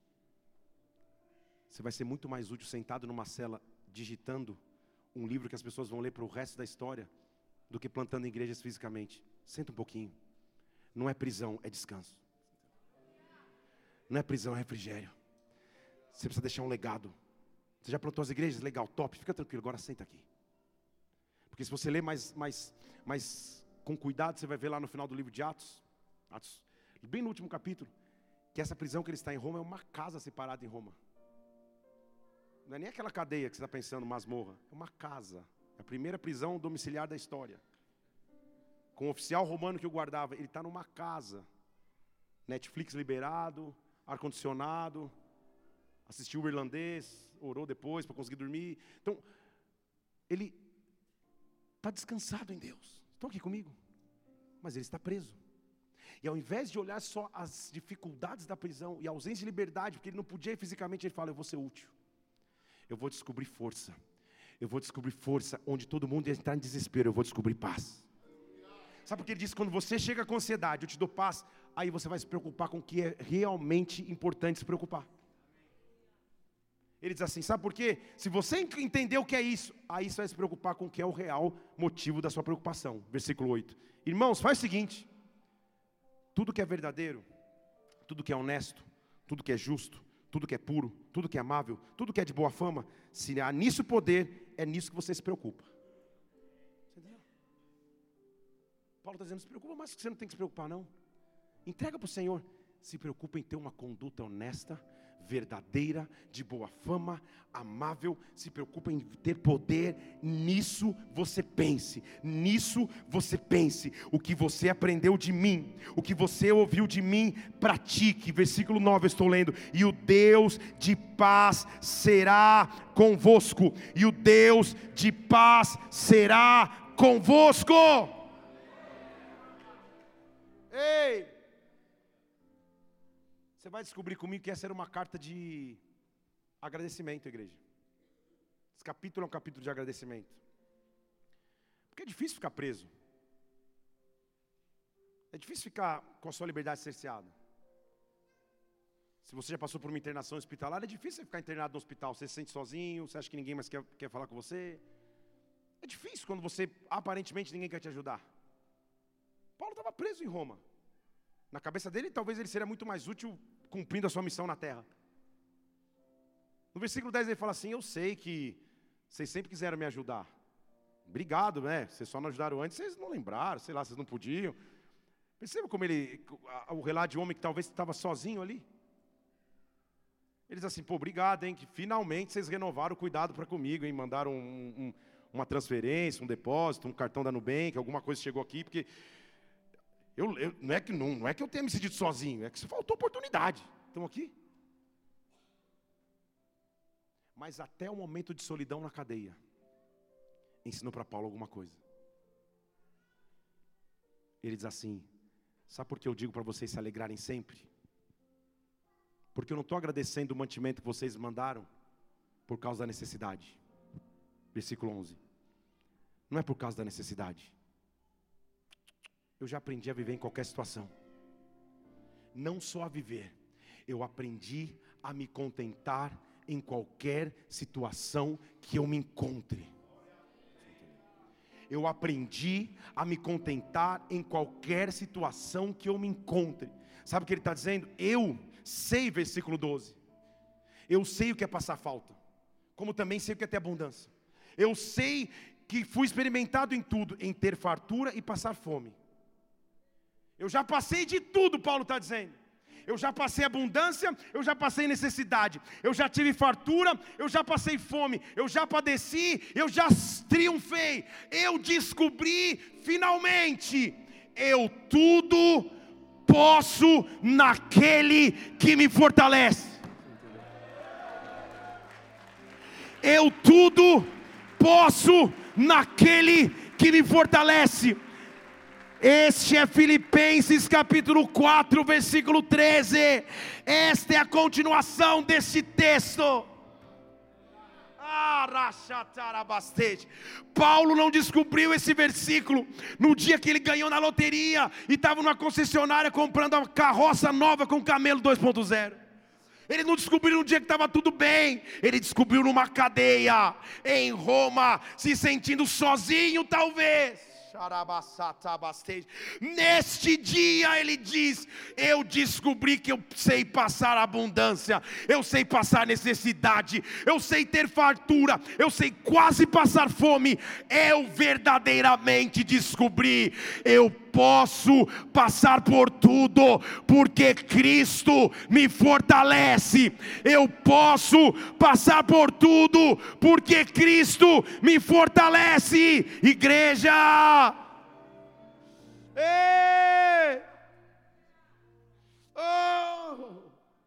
Você vai ser muito mais útil sentado numa cela, digitando um livro que as pessoas vão ler para o resto da história, do que plantando igrejas fisicamente. Senta um pouquinho. Não é prisão, é descanso. Não é prisão, é refrigério. Você precisa deixar um legado. Você já plantou as igrejas? Legal, top, fica tranquilo, agora senta aqui. Porque se você ler mais com cuidado, você vai ver lá no final do livro de Atos, bem no último capítulo, que essa prisão que ele está em Roma é uma casa separada em Roma. Não é nem aquela cadeia que você está pensando, masmorra. É uma casa. É a primeira prisão domiciliar da história. Com o oficial romano que o guardava, ele está numa casa. Netflix liberado, ar-condicionado, assistiu o irlandês, orou depois para conseguir dormir. Então, ele está descansado em Deus. Estão aqui comigo? Mas ele está preso. E ao invés de olhar só as dificuldades da prisão e a ausência de liberdade, porque ele não podia ir fisicamente, ele fala: eu vou ser útil. Eu vou descobrir força. Eu vou descobrir força onde todo mundo está em desespero. Eu vou descobrir paz. Sabe por que ele diz? Quando você chega com ansiedade, eu te dou paz, aí você vai se preocupar com o que é realmente importante se preocupar. Ele diz assim, sabe por quê? Se você entender o que é isso, aí você vai se preocupar com o que é o real motivo da sua preocupação. Versículo 8. Irmãos, faz o seguinte: tudo que é verdadeiro, tudo que é honesto, tudo que é justo, tudo que é puro, tudo que é amável, tudo que é de boa fama, se há nisso poder, é nisso que você se preocupa. Você entendeu? Paulo está dizendo, não se preocupa mais, que você não tem que se preocupar não. Entrega para o Senhor. Se preocupa em ter uma conduta honesta, verdadeira, de boa fama, amável. Se preocupa em ter poder. Nisso você pense. Nisso você pense. O que você aprendeu de mim, o que você ouviu de mim, pratique. Versículo 9 eu estou lendo. E o Deus de paz será convosco. E o Deus de paz será convosco. Ei! Você vai descobrir comigo que essa era uma carta de agradecimento, igreja. Esse capítulo é um capítulo de agradecimento. Porque é difícil ficar preso. É difícil ficar com a sua liberdade cerceada. Se você já passou por uma internação hospitalar, é difícil você ficar internado no hospital. Você se sente sozinho, você acha que ninguém mais quer falar com você. É difícil quando você, aparentemente, ninguém quer te ajudar. Paulo estava preso em Roma. Na cabeça dele, talvez ele seria muito mais útil cumprindo a sua missão na terra. No versículo 10 ele fala assim, eu sei que vocês sempre quiseram me ajudar. Obrigado, né? Vocês só não ajudaram antes, vocês não lembraram, sei lá, vocês não podiam. Perceba como o relato de um homem que talvez estava sozinho ali. Ele diz assim, obrigado, hein, que finalmente vocês renovaram o cuidado para comigo, hein, mandaram uma transferência, um depósito, um cartão da Nubank, alguma coisa chegou aqui, porque... Não é que eu tenha me sentido sozinho, é que se faltou oportunidade. Estão aqui? Mas até o momento de solidão na cadeia, ensinou para Paulo alguma coisa. Ele diz assim, sabe por que eu digo para vocês se alegrarem sempre? Porque eu não estou agradecendo o mantimento que vocês mandaram por causa da necessidade. Versículo 11. Não é por causa da necessidade. Eu já aprendi a viver em qualquer situação. Não só a viver, eu aprendi a me contentar em qualquer situação que eu me encontre. Eu aprendi a me contentar em qualquer situação que eu me encontre. Sabe o que ele está dizendo? Eu sei, versículo 12. Eu sei o que é passar falta, como também sei o que é ter abundância. Eu sei que fui experimentado em tudo, em ter fartura e passar fome. Eu já passei de tudo, Paulo está dizendo. Eu já passei abundância, eu já passei necessidade, eu já tive fartura, eu já passei fome, eu já padeci, eu já triunfei. Eu descobri finalmente, eu tudo posso naquele que me fortalece. Eu tudo posso naquele que me fortalece. Este é Filipenses capítulo 4, versículo 13. Esta é a continuação deste texto. Paulo não descobriu esse versículo no dia que ele ganhou na loteria e estava numa concessionária comprando uma carroça nova com camelo 2.0. Ele não descobriu no dia que estava tudo bem. Ele descobriu numa cadeia em Roma, se sentindo sozinho talvez. Neste dia ele diz: eu descobri que eu sei passar abundância, eu sei passar necessidade, eu sei ter fartura, eu sei quase passar fome. Eu verdadeiramente descobri, eu posso passar por tudo, porque Cristo me fortalece. Eu posso passar por tudo, porque Cristo me fortalece. Igreja, ei! Oh!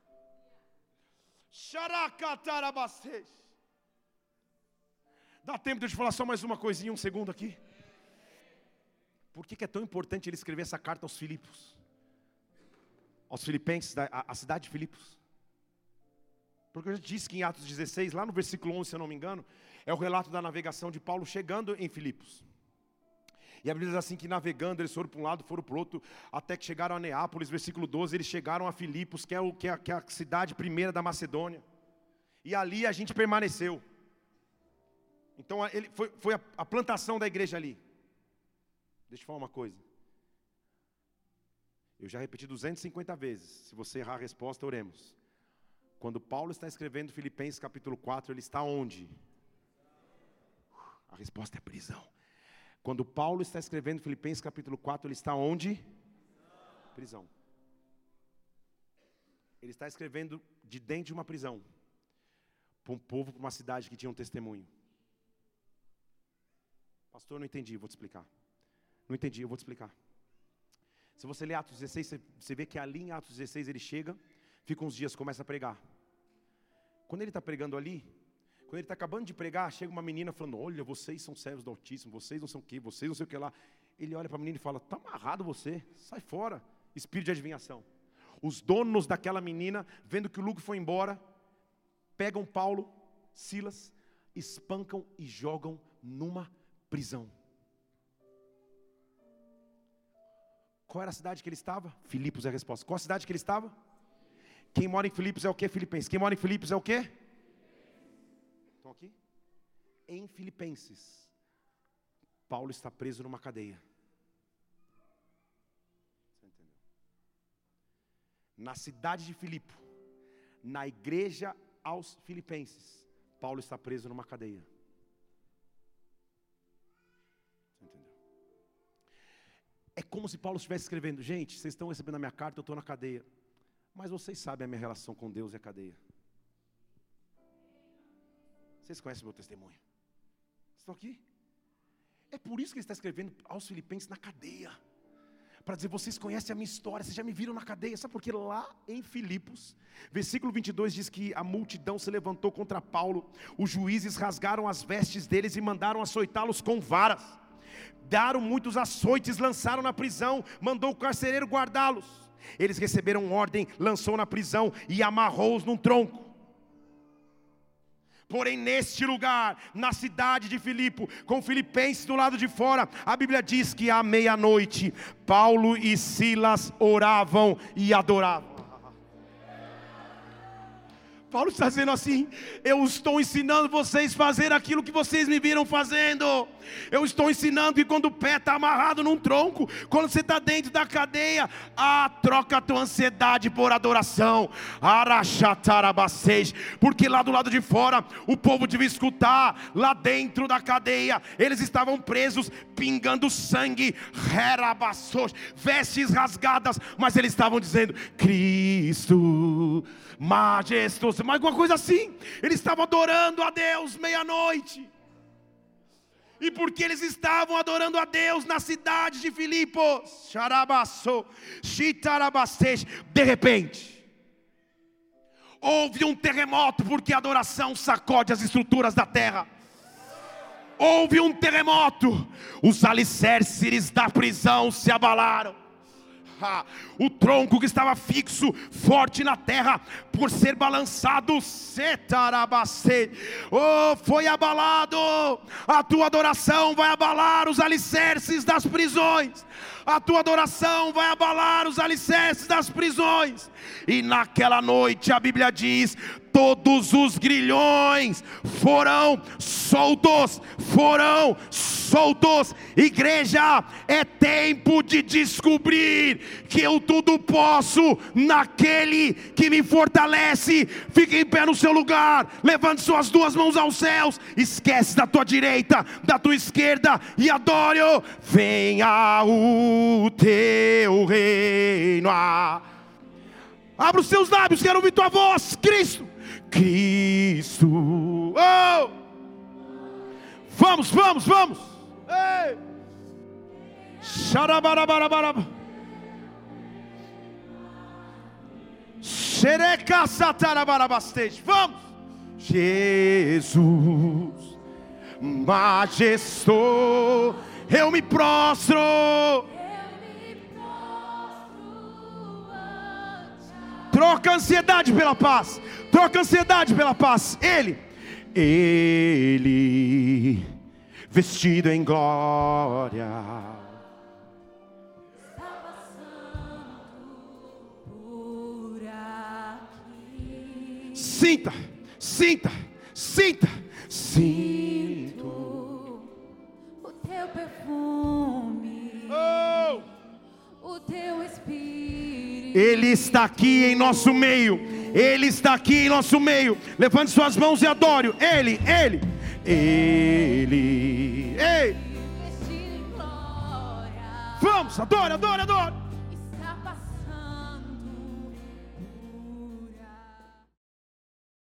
Dá tempo de eu te falar só mais uma coisinha, um segundo aqui? Por que é tão importante ele escrever essa carta aos Filipos? Aos Filipenses, a cidade de Filipos? Porque eu já disse que em Atos 16, lá no versículo 11, se eu não me engano, é o relato da navegação de Paulo chegando em Filipos. E a Bíblia diz assim que navegando, eles foram para um lado, foram para o outro, até que chegaram a Neápolis, versículo 12, eles chegaram a Filipos, que é a cidade primeira da Macedônia. E ali a gente permaneceu. Então foi a plantação da igreja ali. Deixa eu falar uma coisa. Eu já repeti 250 vezes. Se você errar a resposta, oremos. Quando Paulo está escrevendo Filipenses capítulo 4, ele está onde? A resposta é prisão. Quando Paulo está escrevendo Filipenses capítulo 4, ele está onde? Prisão. Ele está escrevendo de dentro de uma prisão, para um povo, para uma cidade que tinha um testemunho. Pastor, eu não entendi, vou te explicar. Não entendi, eu vou te explicar. Se você ler Atos 16, você vê que ali em Atos 16 ele chega, fica uns dias, começa a pregar. Quando ele está pregando ali, quando ele está acabando de pregar, chega uma menina falando: olha, vocês são servos do Altíssimo, vocês não sei o que, vocês não sei o que lá. Ele olha para a menina e fala: está amarrado você, sai fora. Espírito de adivinhação. Os donos daquela menina, vendo que o lucro foi embora, pegam Paulo, Silas, espancam e jogam numa prisão. Qual era a cidade que ele estava? Filipos é a resposta. Qual a cidade que ele estava? Quem mora em Filipos é o quê? Filipenses. Quem mora em Filipos é o quê? Estão aqui? Em Filipenses, Paulo está preso numa cadeia. Você entendeu? Na cidade de Filipo, na igreja aos Filipenses, Paulo está preso numa cadeia. É como se Paulo estivesse escrevendo: gente, vocês estão recebendo a minha carta, eu estou na cadeia. Mas vocês sabem a minha relação com Deus e a cadeia. Vocês conhecem o meu testemunho. Estão aqui? É por isso que ele está escrevendo aos Filipenses na cadeia. Para dizer: vocês conhecem a minha história, vocês já me viram na cadeia. Sabe por quê? Lá em Filipos, versículo 22 diz que a multidão se levantou contra Paulo. Os juízes rasgaram as vestes deles e mandaram açoitá-los com varas. Daram muitos açoites, lançaram na prisão, mandou o carcereiro guardá-los. Eles receberam ordem, lançou na prisão e amarrou-os num tronco. Porém neste lugar, na cidade de Filipo, com Filipenses do lado de fora, a Bíblia diz que à meia-noite, Paulo e Silas oravam e adoravam. Paulo está dizendo assim: eu estou ensinando vocês a fazer aquilo que vocês me viram fazendo. Eu estou ensinando que quando o pé está amarrado num tronco, quando você está dentro da cadeia, troca a tua ansiedade por adoração. Porque lá do lado de fora o povo devia escutar, lá dentro da cadeia eles estavam presos, pingando sangue, vestes rasgadas, mas eles estavam dizendo: Cristo majestoso, mas alguma coisa assim. Eles estavam adorando a Deus meia-noite. E porque eles estavam adorando a Deus na cidade de Filipos, de repente houve um terremoto, porque a adoração sacode as estruturas da terra. Houve um terremoto, os alicerces da prisão se abalaram. O tronco que estava fixo, forte na terra, por ser balançado, foi abalado. A tua adoração vai abalar os alicerces das prisões. A tua adoração vai abalar os alicerces das prisões. E naquela noite a Bíblia diz: todos os grilhões foram soltos. Igreja, é tempo de descobrir que eu tudo posso naquele que me fortalece. Fique em pé no seu lugar, levante suas duas mãos aos céus, esquece da tua direita, da tua esquerda, e adore. Venha o teu reino. Abra os seus lábios, quero ouvir tua voz. Cristo. Oh! Vamos. Ei! Xarabarabarabara. Xerecaçatarabarabastej. Vamos. Jesus majestoso, eu me prostro. Troca a ansiedade pela paz. Troca a ansiedade pela paz. Ele vestido em glória, está passando por aqui. Sinto o teu perfume, o teu espírito. Ele está aqui em nosso meio. Ele está aqui em nosso meio. Levante suas mãos e adore. Ele. Ei. Vamos, adore.